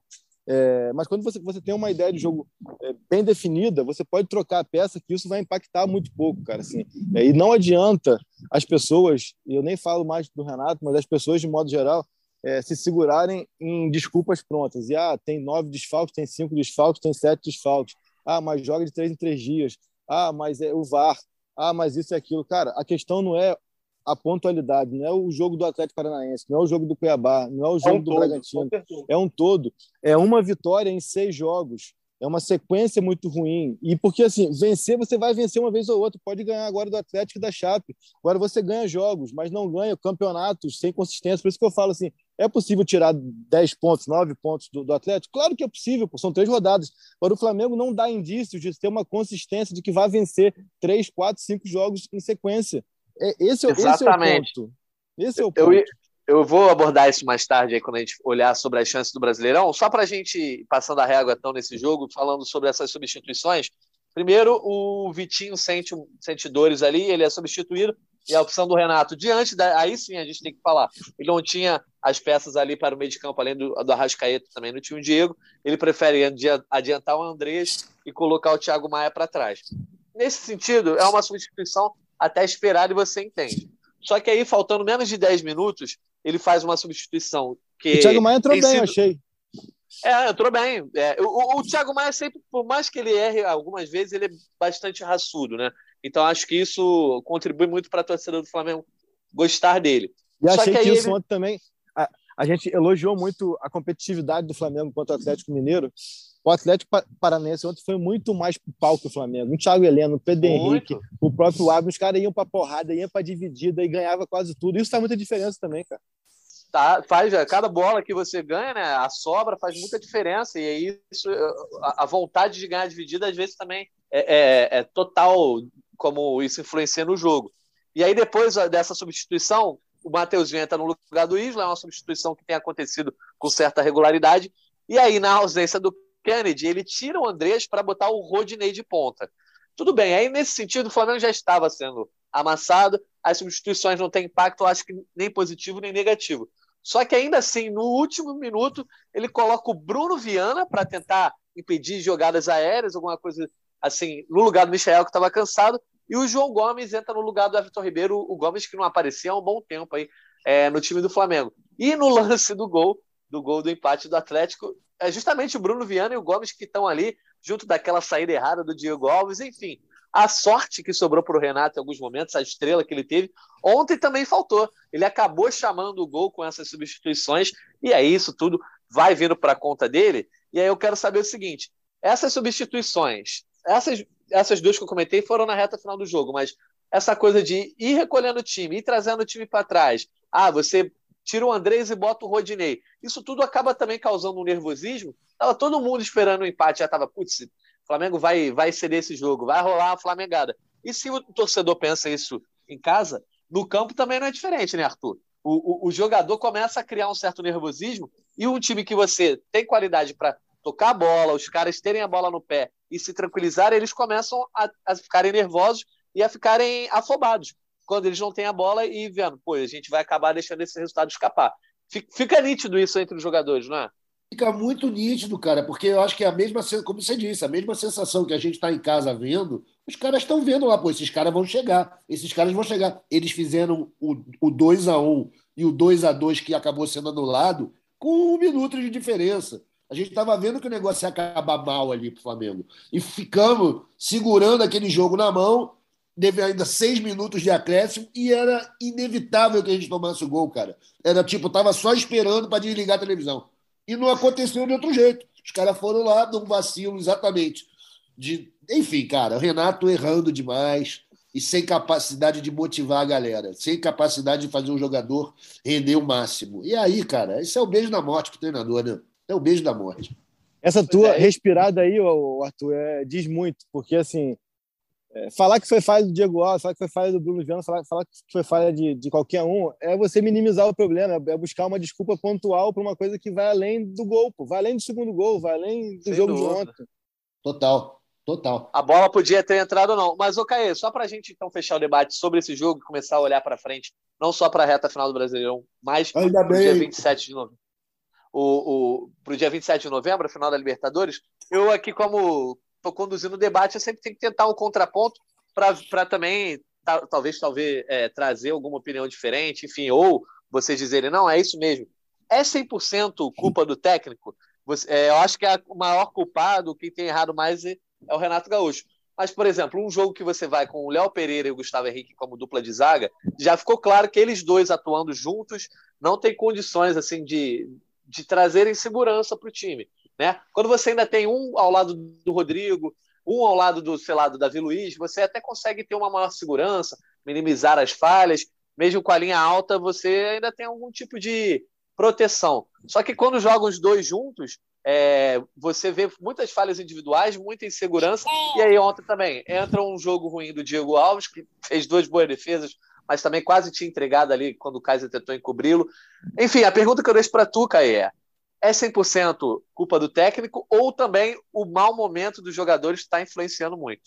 Mas quando você tem uma ideia de jogo bem definida, você pode trocar a peça, que isso vai impactar muito pouco, cara. Assim, e não adianta as pessoas, e eu nem falo mais do Renato, mas as pessoas de modo geral, se segurarem em desculpas prontas. E tem 9 desfalques, tem 5 desfalques, tem 7 desfalques. Mas joga de 3 em 3 dias. Mas é o VAR. Mas isso e aquilo. Cara, a questão não é a pontualidade, não é o jogo do Atlético Paranaense, não é o jogo do Cuiabá, não é o jogo do Bragantino. É um todo. É uma vitória em 6 jogos. É uma sequência muito ruim. E porque, assim, vencer, você vai vencer uma vez ou outra. Pode ganhar agora do Atlético e da Chape. Agora você ganha jogos, mas não ganha campeonatos sem consistência. Por isso que eu falo assim, é possível tirar 10 pontos, 9 pontos do Atlético? Claro que é possível, são 3 rodadas. Agora o Flamengo não dá indícios de ter uma consistência de que vai vencer 3, 4, 5 jogos em sequência. Esse é o ponto. Esse é o ponto. Eu vou abordar isso mais tarde, aí, quando a gente olhar sobre as chances do Brasileirão. Só para a gente ir passando a régua então, nesse jogo, falando sobre essas substituições. Primeiro, o Vitinho sente dores ali, ele é substituído, e a opção do Renato, aí sim a gente tem que falar. Ele não tinha as peças ali para o meio de campo, além do Arrascaeta, também não tinha o Diego. Ele prefere adiantar o Andrés e colocar o Thiago Maia para trás. Nesse sentido, é uma substituição até esperada e você entende. Só que aí, faltando menos de 10 minutos, ele faz uma substituição que... O Thiago Maia entrou bem, eu achei. Entrou bem. O Thiago Maia sempre, por mais que ele erre algumas vezes, ele é bastante raçudo, né? Então acho que isso contribui muito para a torcida do Flamengo gostar dele. E achei que isso ontem também... A gente elogiou muito a competitividade do Flamengo contra o Atlético Mineiro. O Atlético Paranaense ontem foi muito mais pro pau que o Flamengo. O Thiago Heleno, o Pedro Henrique, o próprio Abel, os caras iam pra porrada, iam pra dividida e ganhava quase tudo. Isso faz muita diferença também, cara. Cada bola que você ganha, né, a sobra faz muita diferença. E aí a vontade de ganhar dividida às vezes também é total, como isso influencia no jogo. E aí depois dessa substituição, o Mateuzinho entra no lugar do Isla, é uma substituição que tem acontecido com certa regularidade. E aí, na ausência do Kennedy, ele tira o Andrés para botar o Rodinei de ponta. Tudo bem, aí nesse sentido o Flamengo já estava sendo amassado, as substituições não têm impacto, eu acho que nem positivo nem negativo. Só que ainda assim, no último minuto, ele coloca o Bruno Viana para tentar impedir jogadas aéreas, alguma coisa assim, no lugar do Michael, que estava cansado, e o João Gomes entra no lugar do Everton Ribeiro, o Gomes que não aparecia há um bom tempo aí no time do Flamengo. E no lance do gol do empate do Atlético, é justamente o Bruno Viana e o Gomes que estão ali, junto daquela saída errada do Diego Alves, enfim. A sorte que sobrou para o Renato em alguns momentos, a estrela que ele teve, ontem também faltou. Ele acabou chamando o gol com essas substituições, e aí isso tudo vai vindo para a conta dele. E aí eu quero saber o seguinte, essas substituições, essas duas que eu comentei foram na reta final do jogo, mas essa coisa de ir recolhendo o time, ir trazendo o time para trás, você tira o Andrés e bota o Rodinei, isso tudo acaba também causando um nervosismo. Tava todo mundo esperando o empate, já tava, putz, o Flamengo vai ceder esse jogo, vai rolar a flamengada. E se o torcedor pensa isso em casa, no campo também não é diferente, né, Arthur? O jogador começa a criar um certo nervosismo, e um time que você tem qualidade para tocar a bola, os caras terem a bola no pé e se tranquilizarem, eles começam a ficarem nervosos e a ficarem afobados quando eles não têm a bola e vendo, pô, a gente vai acabar deixando esse resultado escapar. Fica nítido isso entre os jogadores, não é? Fica muito nítido, cara, porque eu acho que é a mesma, como você disse, a mesma sensação que a gente está em casa vendo, os caras estão vendo lá, pô, esses caras vão chegar, Eles fizeram o 2-1 e o 2-2 que acabou sendo anulado com 1 minuto de diferença. A gente estava vendo que o negócio ia acabar mal ali pro Flamengo. E ficamos segurando aquele jogo na mão, teve ainda 6 minutos de acréscimo e era inevitável que a gente tomasse o gol, cara. Era tipo, tava só esperando para desligar a televisão. E não aconteceu de outro jeito. Os caras foram lá, num vacilo exatamente. Enfim, cara, o Renato errando demais e sem capacidade de motivar a galera, sem capacidade de fazer um jogador render o máximo. E aí, cara, esse é o beijo da morte pro treinador, né? É o beijo da morte. Essa tua respirada aí, Arthur, diz muito, porque assim, falar que foi falha do Diego Alves, falar que foi falha do Bruno Viana, falar que foi falha de qualquer um, é você minimizar o problema, é buscar uma desculpa pontual para uma coisa que vai além do gol, pô, vai além do segundo gol, vai além do jogo de ontem. Total. A bola podia ter entrado ou não. Mas, Caê, só para a gente então fechar o debate sobre esse jogo e começar a olhar para frente, não só para a reta final do Brasileirão, mas para o dia 27 de novembro. Para o dia 27 de novembro, a final da Libertadores, eu aqui, como estou conduzindo o debate, eu sempre tenho que tentar um contraponto para também, talvez, trazer alguma opinião diferente, enfim, ou vocês dizerem, não, é isso mesmo. É 100% culpa do técnico? Eu acho que o maior culpado, quem tem errado mais é o Renato Gaúcho. Mas, por exemplo, um jogo que você vai com o Léo Pereira e o Gustavo Henrique como dupla de zaga, já ficou claro que eles dois atuando juntos não tem condições assim de trazerem segurança para o time, né? Quando você ainda tem um ao lado do Rodrigo, um ao lado do Davi Luiz, você até consegue ter uma maior segurança, minimizar as falhas, mesmo com a linha alta, você ainda tem algum tipo de proteção. Só que quando jogam os dois juntos, você vê muitas falhas individuais, muita insegurança, e aí ontem também entra um jogo ruim do Diego Alves, que fez 2 boas defesas, mas também quase tinha entregado ali quando o Kaiser tentou encobri-lo. Enfim, a pergunta que eu deixo para tu, Caê, é 100% culpa do técnico ou também o mau momento dos jogadores está influenciando muito?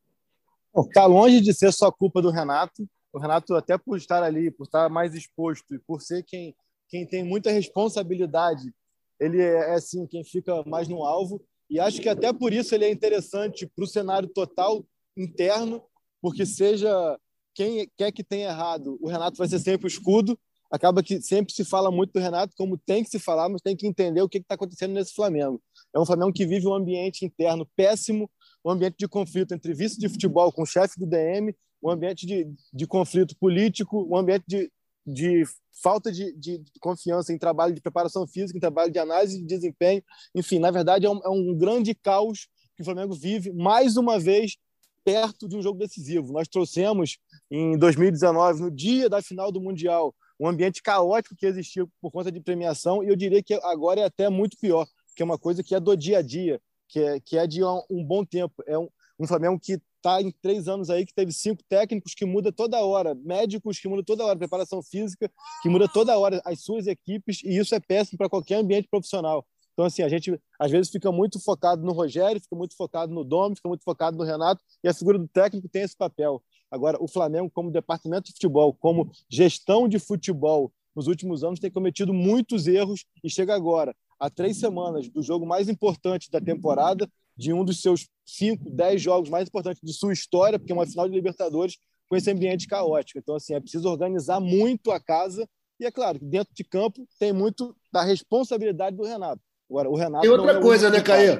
Está longe de ser só culpa do Renato. O Renato, até por estar ali, por estar mais exposto e por ser quem tem muita responsabilidade, ele é assim, quem fica mais no alvo. E acho que até por isso ele é interessante para o cenário total interno, porque seja quem quer que tenha errado, o Renato vai ser sempre o escudo. Acaba que sempre se fala muito do Renato, como tem que se falar, mas tem que entender o que está acontecendo nesse Flamengo. É um Flamengo que vive um ambiente interno péssimo, um ambiente de conflito entre vice de futebol com o chefe do DM, um ambiente de conflito político, um ambiente de falta de confiança em trabalho de preparação física, em trabalho de análise de desempenho. Enfim, na verdade, é um grande caos que o Flamengo vive, mais uma vez, perto de um jogo decisivo. Nós trouxemos, em 2019, no dia da final do Mundial, um ambiente caótico que existia por conta de premiação, e eu diria que agora é até muito pior, que é uma coisa que é do dia a dia, que é de um bom tempo. É um Flamengo que está em 3 anos aí, que teve 5 técnicos, que muda toda hora, médicos que muda toda hora, preparação física que muda toda hora as suas equipes, e isso é péssimo para qualquer ambiente profissional. Então, assim, a gente às vezes fica muito focado no Rogério, fica muito focado no Domi, fica muito focado no Renato, e a figura do técnico tem esse papel. Agora, o Flamengo, como departamento de futebol, como gestão de futebol, nos últimos anos tem cometido muitos erros e chega agora, há 3 semanas do jogo mais importante da temporada, de um dos seus 5, 10 jogos mais importantes de sua história, porque é uma final de Libertadores com esse ambiente caótico. Então, assim, é preciso organizar muito a casa e, é claro, dentro de campo tem muito da responsabilidade do Renato. Agora, o Renato... E outra coisa, né, Caê?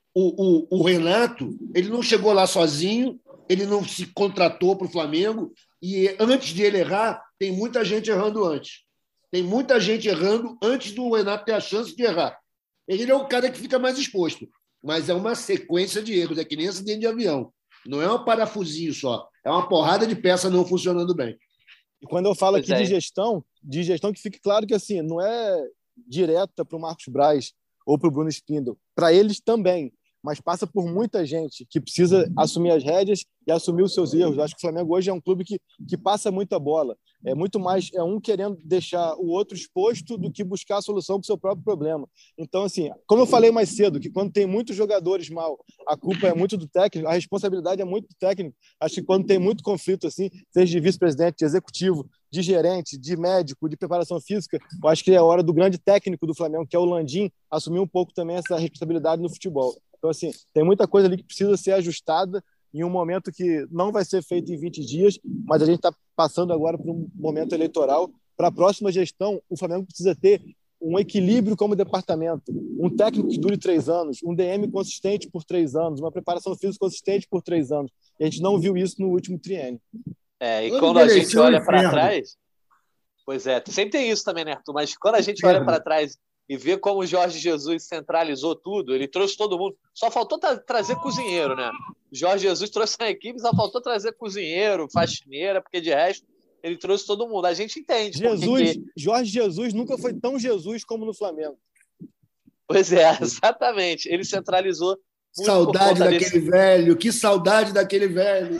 O Renato, ele não chegou lá sozinho, ele não se contratou para o Flamengo e antes de ele errar, tem muita gente errando antes. Tem muita gente errando antes do Renato ter a chance de errar. Ele é o cara que fica mais exposto, mas é uma sequência de erros, é que nem acidente de avião. Não é um parafusinho só, é uma porrada de peça não funcionando bem. E quando eu falo aqui de gestão que fique claro que assim, não é direta para o Marcos Braz ou para o Bruno Spindl, para eles também, mas passa por muita gente que precisa assumir as rédeas e assumir os seus erros. Eu acho que o Flamengo hoje é um clube que passa muita bola. É muito mais um querendo deixar o outro exposto do que buscar a solução para o seu próprio problema. Então, assim, como eu falei mais cedo, que quando tem muitos jogadores mal, a culpa é muito do técnico, a responsabilidade é muito do técnico. Acho que quando tem muito conflito, assim, seja de vice-presidente, de executivo, de gerente, de médico, de preparação física, eu acho que é a hora do grande técnico do Flamengo, que é o Landim, assumir um pouco também essa responsabilidade no futebol. Então, assim, tem muita coisa ali que precisa ser ajustada em um momento que não vai ser feito em 20 dias, mas a gente está passando agora por um momento eleitoral. Para a próxima gestão, o Flamengo precisa ter um equilíbrio como departamento, um técnico que dure 3 anos, um DM consistente por 3 anos, uma preparação física consistente por 3 anos. E a gente não viu isso no último triênio. E quando a gente olha para trás... Pois é, sempre tem isso também, né, Arthur? Mas quando a gente olha para trás e vê como o Jorge Jesus centralizou tudo, ele trouxe todo mundo. Só faltou trazer cozinheiro, né? O Jorge Jesus trouxe a equipe, só faltou trazer cozinheiro, faxineira, porque de resto ele trouxe todo mundo. A gente entende. Jorge Jesus nunca foi tão Jesus como no Flamengo. Pois é, exatamente. Ele centralizou. Saudade daquele velho, que saudade daquele velho.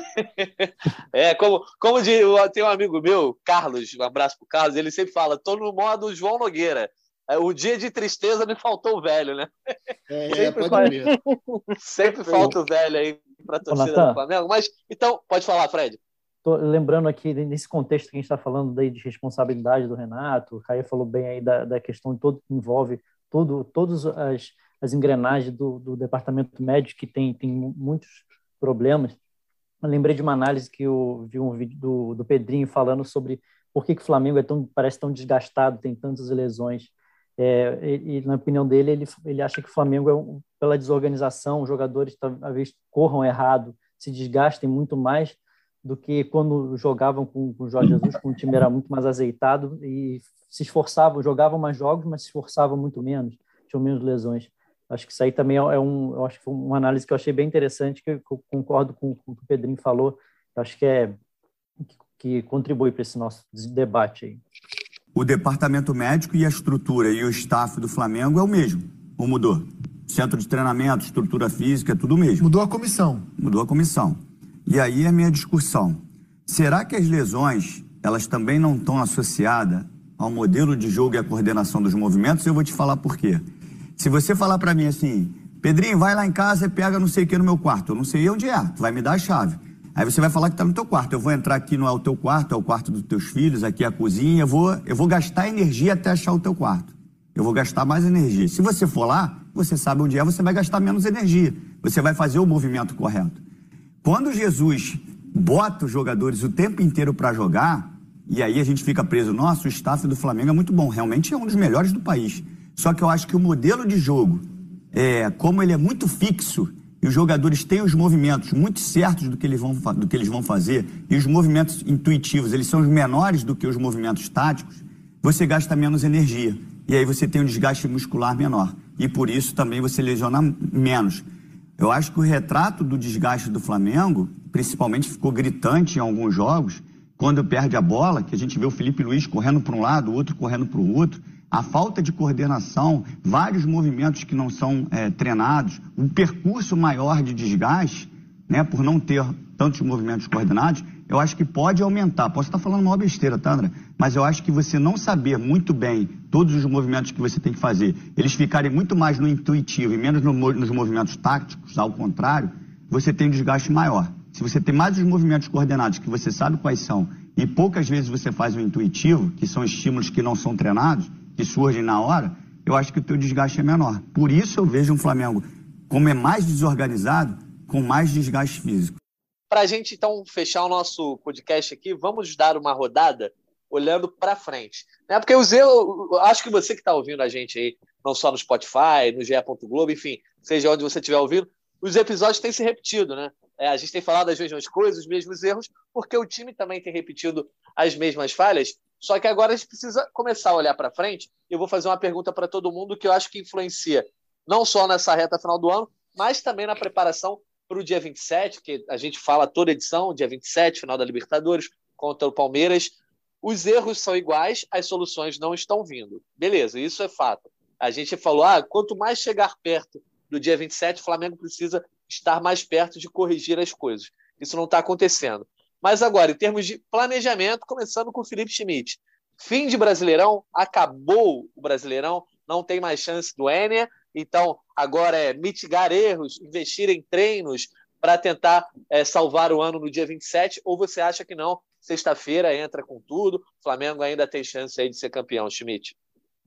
Como tem um amigo meu, Carlos, um abraço pro Carlos, ele sempre fala, tô no modo João Nogueira. O dia de tristeza me faltou o velho, né? Sempre falta o velho aí para a torcida do Flamengo. Mas, então, pode falar, Fred. Tô lembrando aqui, nesse contexto que a gente está falando daí de responsabilidade do Renato, o Caio falou bem aí da questão de todo que envolve todas as engrenagens do departamento médico, que tem muitos problemas. Eu lembrei de uma análise que eu vi um vídeo do Pedrinho falando sobre por que o Flamengo parece tão desgastado, tem tantas lesões. E na opinião dele, ele acha que o Flamengo, pela desorganização, os jogadores talvez corram errado, se desgastem muito mais do que quando jogavam com o Jorge Jesus, quando o time era muito mais azeitado e se esforçavam, jogavam mais jogos, mas se esforçavam muito menos, tinham menos lesões. Acho que isso aí também eu acho que foi uma análise que eu achei bem interessante, que eu concordo com o que o Pedrinho falou. Eu acho que contribui para esse nosso debate aí. O departamento médico e a estrutura e o staff do Flamengo é o mesmo, ou mudou? Centro de treinamento, estrutura física, é tudo o mesmo. Mudou a comissão. Mudou a comissão. E aí a minha discussão. Será que as lesões, elas também não estão associadas ao modelo de jogo e à coordenação dos movimentos? Eu vou te falar por quê. Se você falar para mim assim, Pedrinho, vai lá em casa e pega não sei o que no meu quarto. Eu não sei onde é, tu vai me dar a chave. Aí você vai falar que está no teu quarto. Eu vou entrar aqui, não é o teu quarto, é o quarto dos teus filhos, aqui é a cozinha. Eu vou gastar energia até achar o teu quarto. Eu vou gastar mais energia. Se você for lá, você sabe onde é, você vai gastar menos energia. Você vai fazer o movimento correto. Quando Jesus bota os jogadores o tempo inteiro para jogar, e aí a gente fica preso, nossa, o staff do Flamengo é muito bom, realmente é um dos melhores do país. Só que eu acho que o modelo de jogo, como ele é muito fixo, e os jogadores têm os movimentos muito certos do que eles vão fazer, e os movimentos intuitivos, eles são os menores do que os movimentos táticos, você gasta menos energia. E aí você tem um desgaste muscular menor. E por isso também você lesiona menos. Eu acho que o retrato do desgaste do Flamengo, principalmente ficou gritante em alguns jogos, quando perde a bola, que a gente vê o Felipe Luiz correndo para um lado, o outro correndo para o outro, a falta de coordenação, vários movimentos que não são treinados, um percurso maior de desgaste, né, por não ter tantos movimentos coordenados, eu acho que pode aumentar. Posso estar falando uma besteira, tá, André? Mas eu acho que você não saber muito bem todos os movimentos que você tem que fazer, eles ficarem muito mais no intuitivo e menos nos movimentos táticos, ao contrário, você tem um desgaste maior. Se você tem mais os movimentos coordenados, que você sabe quais são, e poucas vezes você faz o intuitivo, que são estímulos que não são treinados, que surgem na hora, eu acho que o teu desgaste é menor. Por isso eu vejo um Flamengo, como é mais desorganizado, com mais desgaste físico. Para a gente, então, fechar o nosso podcast aqui, vamos dar uma rodada olhando para frente. Né? Porque eu acho que você que está ouvindo a gente aí, não só no Spotify, no GE. Globo, enfim, seja onde você estiver ouvindo, os episódios têm se repetido, né? A gente tem falado as mesmas coisas, os mesmos erros, porque o time também tem repetido as mesmas falhas, só que agora a gente precisa começar a olhar para frente. Eu vou fazer uma pergunta para todo mundo que eu acho que influencia não só nessa reta final do ano, mas também na preparação para o dia 27, que a gente fala toda edição, dia 27, final da Libertadores, contra o Palmeiras. Os erros são iguais, as soluções não estão vindo. Beleza, isso é fato. A gente falou, quanto mais chegar perto do dia 27, o Flamengo precisa estar mais perto de corrigir as coisas. Isso não está acontecendo. Mas agora, em termos de planejamento, começando com o Felipe Schmidt. Fim de Brasileirão, acabou o Brasileirão, não tem mais chance do Enner, então agora é mitigar erros, investir em treinos para tentar salvar o ano no dia 27, ou você acha que não? Sexta-feira entra com tudo, o Flamengo ainda tem chance aí de ser campeão, Schmidt?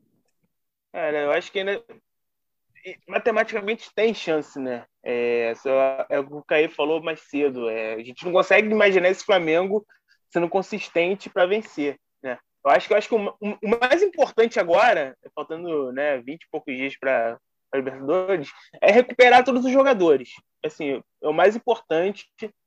Cara, eu acho que ainda matematicamente tem chance, né? É o que o Caí falou mais cedo. A gente não consegue imaginar esse Flamengo sendo consistente para vencer, né? Eu acho que o mais importante agora, faltando 20 e poucos dias para a Libertadores, é recuperar todos os jogadores. Assim, o mais importante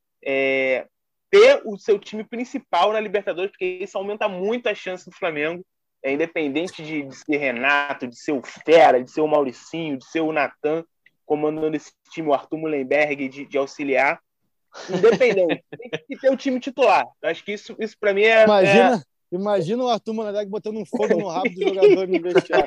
é ter o seu time principal na Libertadores, porque isso aumenta muito a chance do Flamengo. Independente de ser Renato, de ser o Fera, de ser o Mauricinho, de ser o Natan, comandando esse time, o Arthur Mullenberg de auxiliar. Independente, tem que ter o time titular. Eu acho que isso para mim é... Imagina o Arthur Mullenberg botando um fogo no rabo do jogador no vestiário.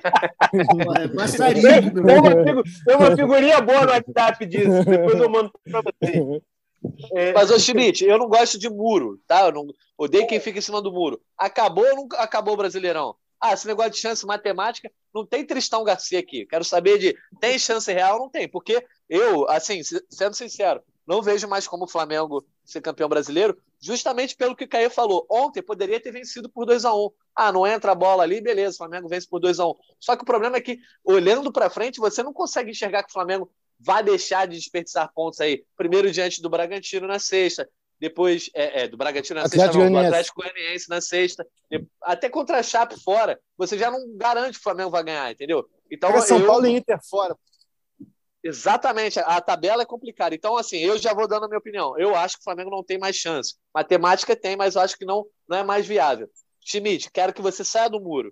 Tem uma figurinha boa no WhatsApp disso, depois eu mando para vocês. Mas, ô Schmidt, eu não gosto de muro, tá? Eu não odeio quem fica em cima do muro. Acabou ou não acabou o Brasileirão? Esse negócio de chance matemática, não tem Tristão Garcia aqui. Quero saber tem chance real ou não tem? Porque eu, assim, sendo sincero, não vejo mais como o Flamengo ser campeão brasileiro, justamente pelo que o Caio falou. Ontem poderia ter vencido por 2-1. Não entra a bola ali, beleza, o Flamengo vence por 2-1. Só que o problema é que, olhando para frente, você não consegue enxergar que o Flamengo vai deixar de desperdiçar pontos aí. Primeiro diante do Bragantino na sexta, depois do Bragantino na sexta, do Atlético Goianiense na sexta, até contra a Chape fora, você já não garante que o Flamengo vai ganhar, entendeu? Então, São Paulo e Inter fora. Exatamente, a tabela é complicada. Então, assim, eu já vou dando a minha opinião. Eu acho que o Flamengo não tem mais chance. Matemática tem, mas eu acho que não é mais viável. Schmidt, quero que você saia do muro.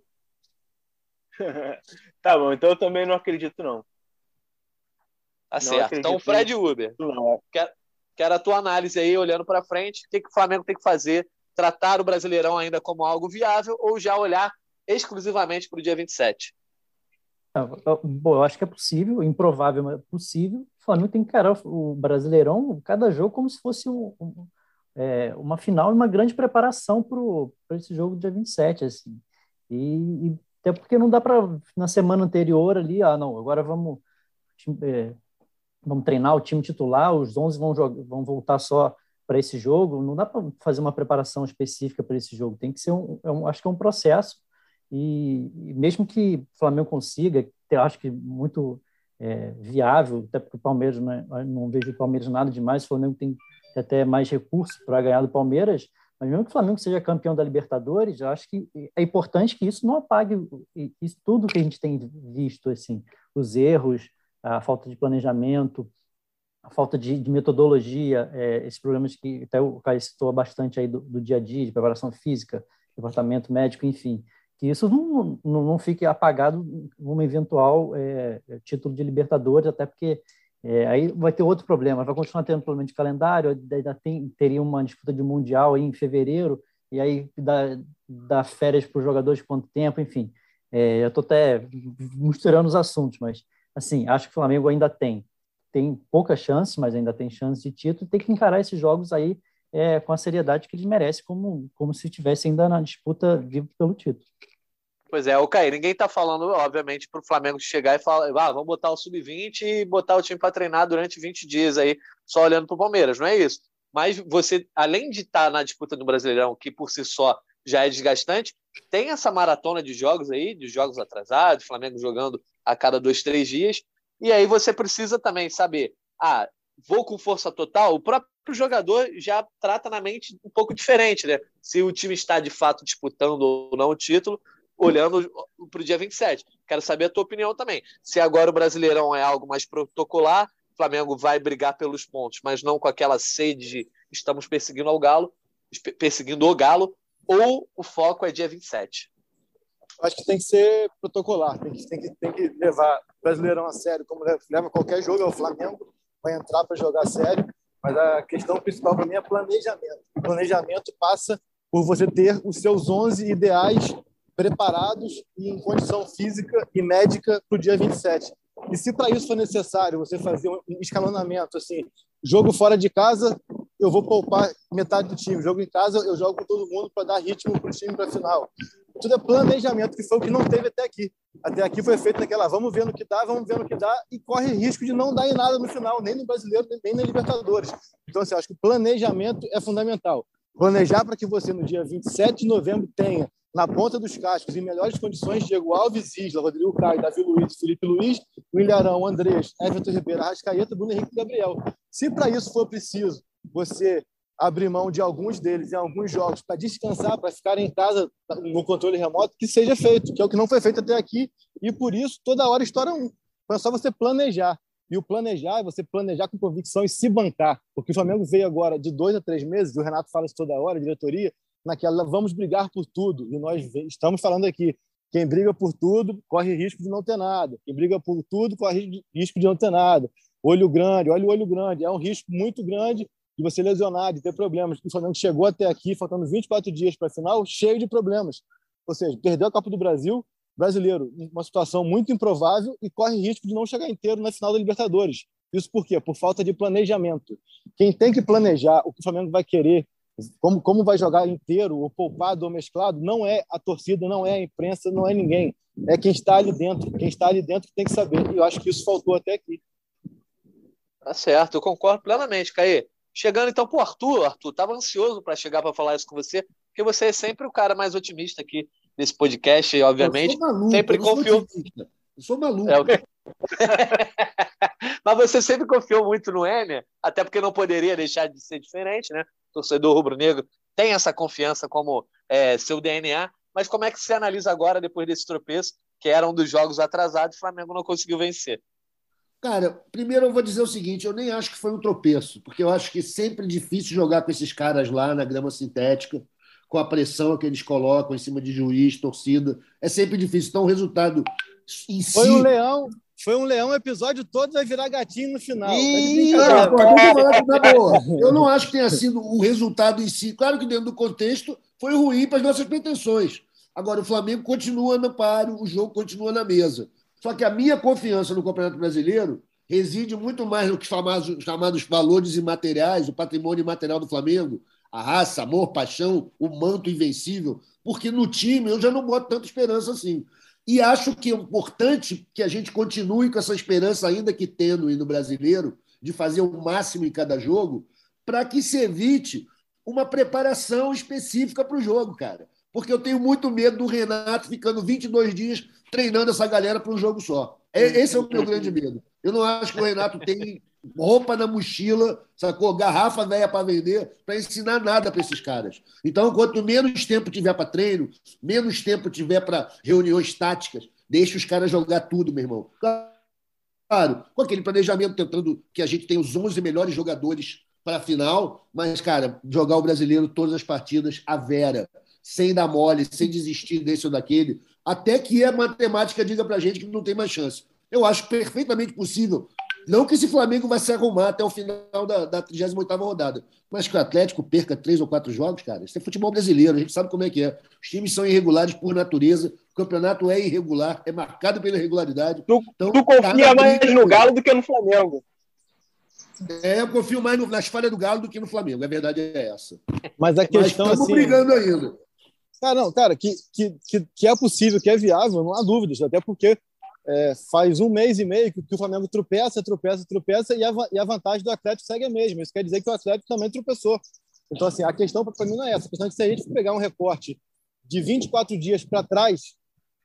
Tá bom, então eu também não acredito, não. Tá certo. Então, Fred Uber, quero a tua análise aí, olhando para frente. O que o Flamengo tem que fazer? Tratar o Brasileirão ainda como algo viável ou já olhar exclusivamente para o dia 27? Bom, eu acho que é possível, improvável, mas é possível. O Flamengo tem que encarar o Brasileirão, cada jogo, como se fosse uma final e uma grande preparação para esse jogo do dia 27. Assim. E até porque não dá para, na semana anterior ali, não, agora vamos treinar o time titular, os 11 vão voltar só para esse jogo. Não dá para fazer uma preparação específica para esse jogo. Tem que ser acho que é um processo. E mesmo que o Flamengo consiga, acho que muito viável, até porque o Palmeiras, não vejo o Palmeiras nada demais, o Flamengo tem até mais recursos para ganhar do Palmeiras, mas mesmo que o Flamengo seja campeão da Libertadores, eu acho que é importante que isso não apague isso, tudo que a gente tem visto, assim, os erros, a falta de planejamento, a falta de metodologia, esses problemas que até o Caio citou bastante aí do dia a dia, de preparação física, departamento médico, enfim, que isso não fique apagado num eventual título de Libertadores, até porque aí vai ter outro problema, vai continuar tendo problema de calendário, teria uma disputa de Mundial aí em fevereiro, e aí dá férias para os jogadores por quanto tempo, enfim. Eu estou até misturando os assuntos, mas assim, acho que o Flamengo ainda tem pouca chance, mas ainda tem chance de título, tem que encarar esses jogos aí com a seriedade que eles merecem, como se estivesse ainda na disputa vivo pelo título. Pois é, Caí, ninguém está falando, obviamente, para o Flamengo chegar e falar, vamos botar o sub-20 e botar o time para treinar durante 20 dias aí, só olhando para o Palmeiras, não é isso? mas você, além de estar na disputa do Brasileirão, que por si só já é desgastante, tem essa maratona de jogos aí, de jogos atrasados, Flamengo jogando a cada 2, 3 dias, e aí você precisa também saber, vou com força total, o próprio jogador já trata na mente um pouco diferente, né? Se o time está de fato disputando ou não o título, olhando para o dia 27. Quero saber a tua opinião também. Se agora o Brasileirão é algo mais protocolar, o Flamengo vai brigar pelos pontos, mas não com aquela sede de estamos perseguindo o Galo, ou o foco é dia 27? Acho que tem que ser protocolar, tem que levar o Brasileirão a sério, como leva qualquer jogo. O Flamengo vai entrar para jogar a sério, mas a questão principal para mim é planejamento. O planejamento passa por você ter os seus 11 ideais preparados e em condição física e médica para o dia 27. E se para isso for necessário você fazer um escalonamento, assim, jogo fora de casa, eu vou poupar metade do time. Jogo em casa, eu jogo com todo mundo para dar ritmo para o time para a final. Tudo é planejamento, que foi o que não teve até aqui. Até aqui foi feito naquela, vamos ver no que dá, e corre risco de não dar em nada no final, nem no Brasileiro, nem na Libertadores. Então, assim, acho que o planejamento é fundamental. Planejar para que você, no dia 27 de novembro, tenha na ponta dos cascos, em melhores condições, Diego Alves, Isla, Rodrigo Caio, Davi Luiz, Felipe Luiz, William Arão, Andrés, Everton Ribeiro, Arrascaeta, Bruno Henrique e Gabriel. Se para isso for preciso você abrir mão de alguns deles em alguns jogos para descansar, para ficar em casa no controle remoto, que seja feito, que é o que não foi feito até aqui, e por isso toda hora estoura um. Então é só você planejar. E o planejar é você planejar com convicção e se bancar. Porque o Flamengo veio agora de 2 a 3 meses, o Renato fala isso toda hora, a diretoria, naquela vamos brigar por tudo. E nós estamos falando aqui, quem briga por tudo corre risco de não ter nada. Quem briga por tudo corre risco de não ter nada. Olho grande, olha o olho grande. É um risco muito grande de você lesionar, de ter problemas. O Flamengo chegou até aqui, faltando 24 dias para a final, cheio de problemas. Ou seja, perdeu a Copa do Brasil, brasileiro, uma situação muito improvável, e corre risco de não chegar inteiro na final da Libertadores. Isso por quê? Por falta de planejamento. Quem tem que planejar o que o Flamengo vai querer, como vai jogar inteiro, ou poupado ou mesclado, não é a torcida, não é a imprensa, não é ninguém. É quem está ali dentro. Quem está ali dentro tem que saber. E eu acho que isso faltou até aqui. Tá certo, eu concordo plenamente, Caê. Chegando então para o Arthur, estava ansioso para chegar para falar isso com você, porque você é sempre o cara mais otimista aqui nesse podcast, e obviamente eu sou maluco, sempre confiou. Eu sou maluco. Mas você sempre confiou muito no Enner, até porque não poderia deixar de ser diferente, né? O torcedor rubro-negro tem essa confiança como seu DNA, mas como é que você analisa agora, depois desse tropeço, que era um dos jogos atrasados, o Flamengo não conseguiu vencer? Cara, primeiro eu vou dizer o seguinte, eu nem acho que foi um tropeço, porque eu acho que é sempre difícil jogar com esses caras lá na grama sintética, com a pressão que eles colocam em cima de juiz, torcida, é sempre difícil. Então o resultado em si... Foi um leão, o episódio todo vai virar gatinho no final. Eu não acho que tenha sido o resultado em si. Claro que dentro do contexto foi ruim para as nossas pretensões. Agora, o Flamengo continua no páreo, o jogo continua na mesa. Só que a minha confiança no Campeonato Brasileiro reside muito mais no que chamados valores imateriais, o patrimônio imaterial do Flamengo, a raça, amor, paixão, o manto invencível, porque no time eu já não boto tanta esperança assim. E acho que é importante que a gente continue com essa esperança, ainda que tênue no Brasileiro, de fazer o máximo em cada jogo, para que se evite uma preparação específica para o jogo, cara. Porque eu tenho muito medo do Renato ficando 22 dias treinando essa galera para um jogo só. Esse é o meu grande medo. Eu não acho que o Renato tem roupa na mochila, sacou? Garrafa velha para vender, para ensinar nada para esses caras. Então, quanto menos tempo tiver para treino, menos tempo tiver para reuniões táticas, deixa os caras jogar tudo, meu irmão. Claro, com aquele planejamento, tentando que a gente tenha os 11 melhores jogadores para a final, mas, cara, jogar o Brasileiro todas as partidas à vera, sem dar mole, sem desistir desse ou daquele, até que a matemática diga para a gente que não tem mais chance. Eu acho perfeitamente possível. Não que esse Flamengo vai se arrumar até o final da 38ª rodada, mas que o Atlético perca 3 ou 4 jogos, cara, isso é futebol brasileiro, a gente sabe como é que é. Os times são irregulares por natureza, o campeonato é irregular, é marcado pela irregularidade. Tu confia mais no Galo do que no Flamengo. Eu confio mais nas falhas do Galo do que no Flamengo, a verdade é essa. Mas a questão estamos assim... brigando ainda. Cara, que é possível, que é viável, não há dúvidas, até porque faz um mês e meio que o Flamengo tropeça e a vantagem do Atlético segue a mesma. Isso quer dizer que o Atlético também tropeçou. Então, assim, a questão para mim não é essa. A questão é que se a gente pegar um recorte de 24 dias para trás,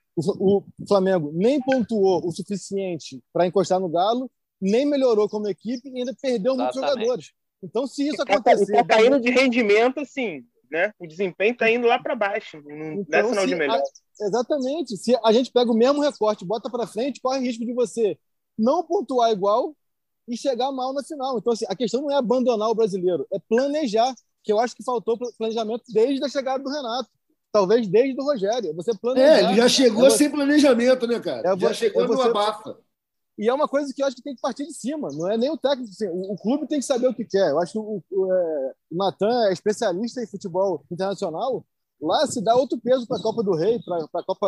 o Flamengo nem pontuou o suficiente para encostar no Galo, nem melhorou como equipe e ainda perdeu muitos jogadores. Então, se isso acontecer... Está caindo de rendimento, assim, né? O desempenho está indo lá para baixo. Não é sinal de melhor. Exatamente. Se a gente pega o mesmo recorte e bota para frente, corre risco de você não pontuar igual e chegar mal na final. Então, assim, a questão não é abandonar o brasileiro, é planejar, que eu acho que faltou planejamento desde a chegada do Renato. Talvez desde o Rogério. Você planejar. Ele já chegou sem planejamento, né, cara? Já chegou no abafa. E é uma coisa que eu acho que tem que partir de cima. Não é nem o técnico. Assim, o clube tem que saber o que quer. Eu acho que o Natan é especialista em futebol internacional. Lá se dá outro peso para a Copa do Rei, para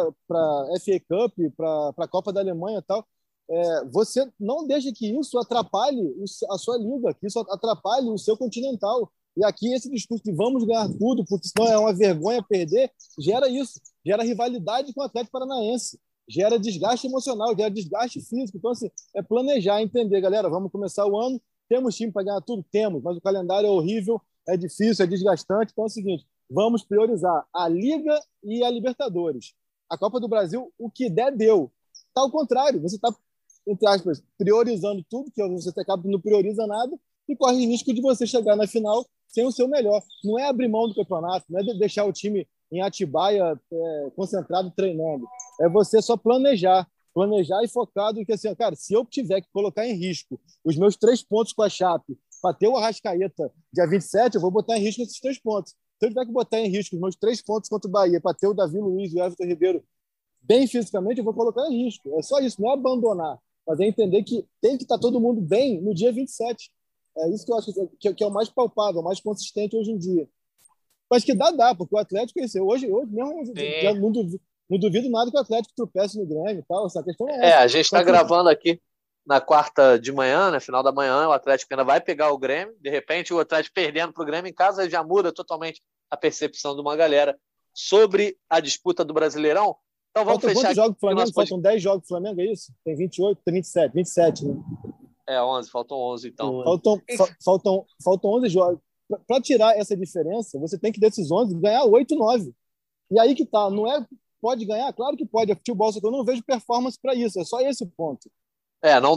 a FA Cup, para a Copa da Alemanha e tal. Você não deixa que isso atrapalhe a sua liga, que isso atrapalhe o seu continental. E aqui esse discurso de vamos ganhar tudo, porque senão é uma vergonha perder, gera isso. Gera rivalidade com o Atlético Paranaense. Gera desgaste emocional, gera desgaste físico. Então, assim, é planejar, entender, galera, vamos começar o ano, temos time para ganhar tudo? Temos, mas o calendário é horrível, é difícil, é desgastante. Então é o seguinte, vamos priorizar a Liga e a Libertadores. A Copa do Brasil, o que der, deu. Está ao contrário, você está, entre aspas, priorizando tudo, que você acaba não prioriza nada, e corre risco de você chegar na final sem o seu melhor. Não é abrir mão do campeonato, não é deixar o time em Atibaia concentrado treinando. É você só planejar e focado em que, assim, cara, se eu tiver que colocar em risco os meus 3 pontos com a Chape para ter o Arrascaeta dia 27, eu vou botar em risco esses 3 pontos. Se eu tiver que botar em risco os meus 3 pontos contra o Bahia para ter o Davi Luiz e o Everton Ribeiro bem fisicamente, eu vou colocar em risco. É só isso, não é abandonar, mas é entender que tem que estar todo mundo bem no dia 27. É isso que eu acho que é o mais palpável, o mais consistente hoje em dia. Mas que dá, porque o Atlético cresceu. Hoje mesmo, já não duvido nada que o Atlético tropece no Grêmio e tal. Essa questão é essa. A gente está gravando aqui na quarta de manhã, né, final da manhã, o Atlético ainda vai pegar o Grêmio. De repente, o Atlético perdendo para o Grêmio em casa já muda totalmente a percepção de uma galera sobre a disputa do Brasileirão. Então vamos fechar quantos jogos do Flamengo? Faltam 10 jogos do Flamengo, é isso? Tem 28, tem 27, né? 11, faltam 11, então. Faltam 11 jogos. Para tirar essa diferença, você tem que, desses 11, ganhar 8, 9. E aí que tá. Não é pode ganhar? Claro que pode. É futebol, só que eu não vejo performance para isso. É só esse o ponto. Não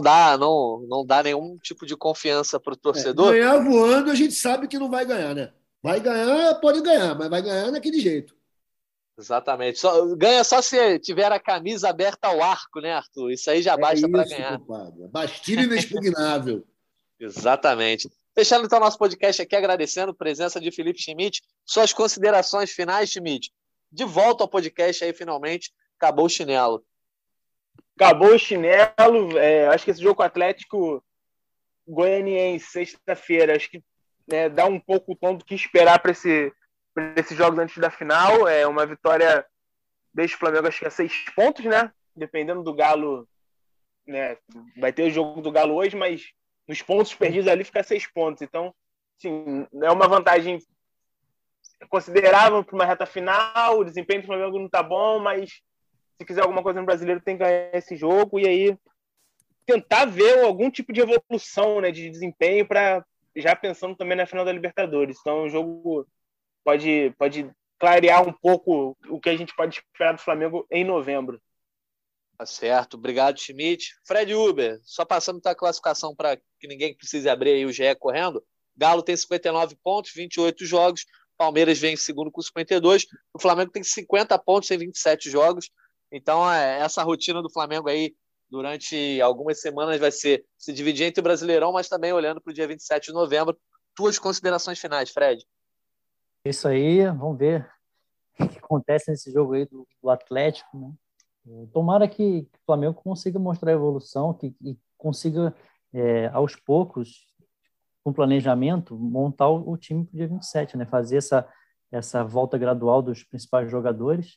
dá nenhum tipo de confiança para o torcedor. Ganhar voando, a gente sabe que não vai ganhar, né? Vai ganhar, pode ganhar, mas vai ganhar daquele jeito. Exatamente. Ganha só se tiver a camisa aberta ao arco, né, Arthur? Isso aí já basta para ganhar. Compadre. Bastilha inexpugnável. Exatamente. Fechando então nosso podcast aqui, agradecendo a presença de Felipe Schmidt. Suas considerações finais, Schmidt. De volta ao podcast aí, finalmente. Acabou o chinelo. Acabou o chinelo. Acho que esse jogo com o Atlético Goianiense, sexta-feira, acho que dá um pouco o tom do que esperar para esses jogos antes da final. É uma vitória, deixa o Flamengo, acho que 6 pontos, né? Dependendo do Galo, né? Vai ter o jogo do Galo hoje, mas nos pontos perdidos ali fica 6 pontos. Então, sim, é uma vantagem considerável para uma reta final. O desempenho do Flamengo não está bom, mas se quiser alguma coisa no brasileiro, tem que ganhar esse jogo e aí tentar ver algum tipo de evolução, né, de desempenho, para já pensando também na final da Libertadores. Então, o jogo pode clarear um pouco o que a gente pode esperar do Flamengo em novembro. Tá certo. Obrigado, Schmidt. Fred Uber, só passando a classificação para que ninguém precise abrir aí o GE correndo. Galo tem 59 pontos, 28 jogos. Palmeiras vem em segundo com 52. O Flamengo tem 50 pontos em 27 jogos. Então, essa rotina do Flamengo aí, durante algumas semanas, vai ser se dividir entre o Brasileirão, mas também olhando para o dia 27 de novembro. Tuas considerações finais, Fred? Isso aí, vamos ver o que acontece nesse jogo aí do Atlético, né? Tomara que o Flamengo consiga mostrar evolução, que consiga, aos poucos, com planejamento, montar o time para o dia 27, né? Fazer essa volta gradual dos principais jogadores,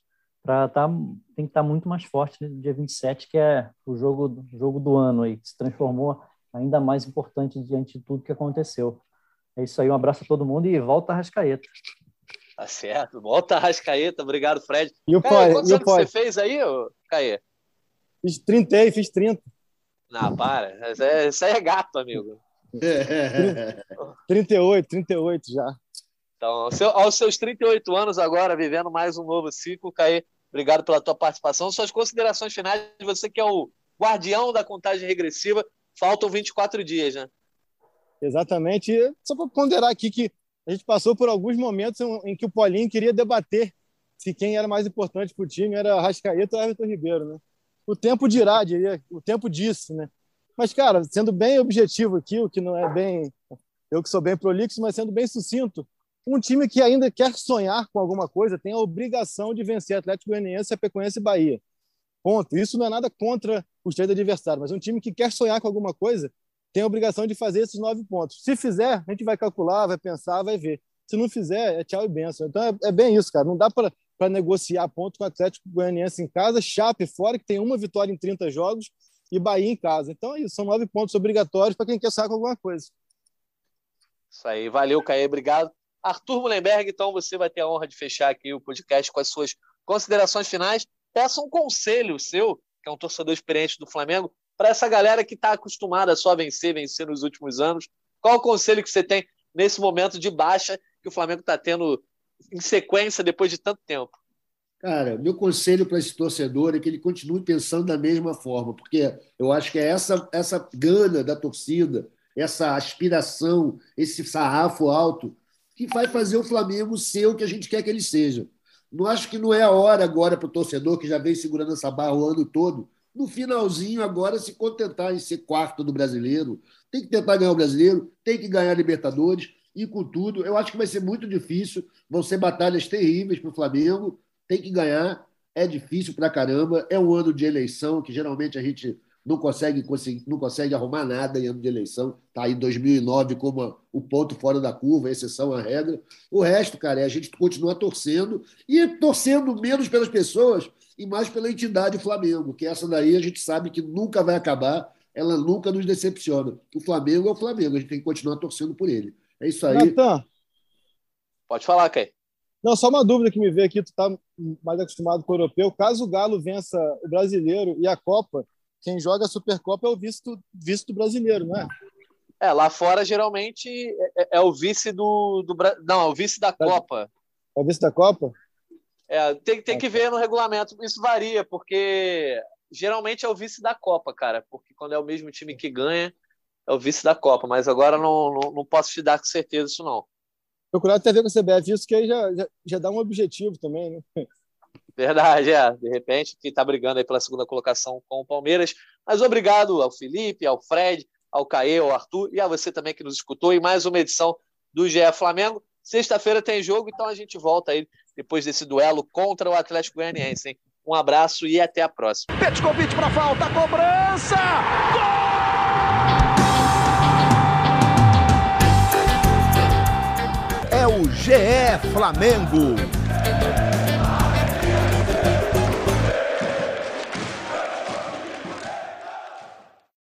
tem que estar muito mais forte no dia 27, que é o jogo do ano aí, que se transformou ainda mais importante diante de tudo que aconteceu. É isso aí, um abraço a todo mundo e volta a Arrascaeta. Tá certo, volta a Arrascaeta, obrigado, Fred. E o Caê, quantos anos você fez aí, Caê? Fiz 30. Não, para. Isso aí é gato, amigo. 38 já. Então, aos seus 38 anos agora, vivendo mais um novo ciclo, Caê, obrigado pela tua participação. Suas considerações finais, você que é o guardião da contagem regressiva, faltam 24 dias, né? Exatamente. E só para ponderar aqui que a gente passou por alguns momentos em que o Paulinho queria debater se quem era mais importante para o time era Arrascaeta ou Everton Ribeiro, né? O tempo dirá, o tempo disse, né? Mas, cara, sendo bem objetivo aqui, o que não é bem... Eu que sou bem prolixo, mas sendo bem sucinto, um time que ainda quer sonhar com alguma coisa tem a obrigação de vencer Atlético Goianiense, Chapecoense e Bahia. Ponto. Isso não é nada contra os 3 adversários, mas um time que quer sonhar com alguma coisa tem a obrigação de fazer esses 9 pontos. Se fizer, a gente vai calcular, vai pensar, vai ver. Se não fizer, é tchau e benção. Então é bem isso, cara. Não dá para negociar ponto com o Atlético Goianiense em casa, Chape fora, que tem uma vitória em 30 jogos, e Bahia em casa. Então é isso, são 9 pontos obrigatórios para quem quer sonhar com alguma coisa. Isso aí, valeu, Caê, obrigado. Arthur Mullenberg, então você vai ter a honra de fechar aqui o podcast com as suas considerações finais. Peça um conselho seu, que é um torcedor experiente do Flamengo, para essa galera que está acostumada só a vencer nos últimos anos. Qual o conselho que você tem nesse momento de baixa que o Flamengo está tendo em sequência depois de tanto tempo? Cara, meu conselho para esse torcedor é que ele continue pensando da mesma forma, porque eu acho que é essa gana da torcida, essa aspiração, esse sarrafo alto, que vai fazer o Flamengo ser o que a gente quer que ele seja. Não acho que não é a hora agora para o torcedor que já vem segurando essa barra o ano todo, no finalzinho agora se contentar em ser quarto do Brasileiro. Tem que tentar ganhar o Brasileiro, tem que ganhar a Libertadores, e com tudo, eu acho que vai ser muito difícil, vão ser batalhas terríveis para o Flamengo, tem que ganhar, é difícil pra caramba, é um ano de eleição, que geralmente a gente não consegue arrumar nada em ano de eleição, está aí 2009 como o ponto fora da curva, exceção à regra. O resto, cara, é a gente continuar torcendo, e torcendo menos pelas pessoas e mais pela entidade Flamengo, que essa daí a gente sabe que nunca vai acabar, ela nunca nos decepciona. O Flamengo é o Flamengo, a gente tem que continuar torcendo por ele. É isso aí. Natan, pode falar, Caê. Não, só uma dúvida que me veio aqui, tu tá mais acostumado com o europeu. Caso o Galo vença o Brasileiro e a Copa, quem joga a Supercopa é o vice do Brasileiro, não é? Lá fora, geralmente, é o vice Não, é o vice da Copa. É o vice da Copa? Tem que ver no regulamento. Isso varia, porque geralmente é o vice da Copa, cara. Porque quando é o mesmo time que ganha, é o vice da Copa. Mas agora não posso te dar com certeza isso, não. Procurar até ver com a CBF isso, que aí já dá um objetivo também, né? Verdade, de repente, que está brigando aí pela segunda colocação com o Palmeiras. Mas obrigado ao Felipe, ao Fred, ao Caê, ao Arthur e a você também que nos escutou em mais uma edição do GE Flamengo. Sexta-feira tem jogo, então a gente volta aí depois desse duelo contra o Atlético Goianiense, hein? Um abraço e até a próxima. Petkovic para falta, cobrança! Gol! É o GE Flamengo.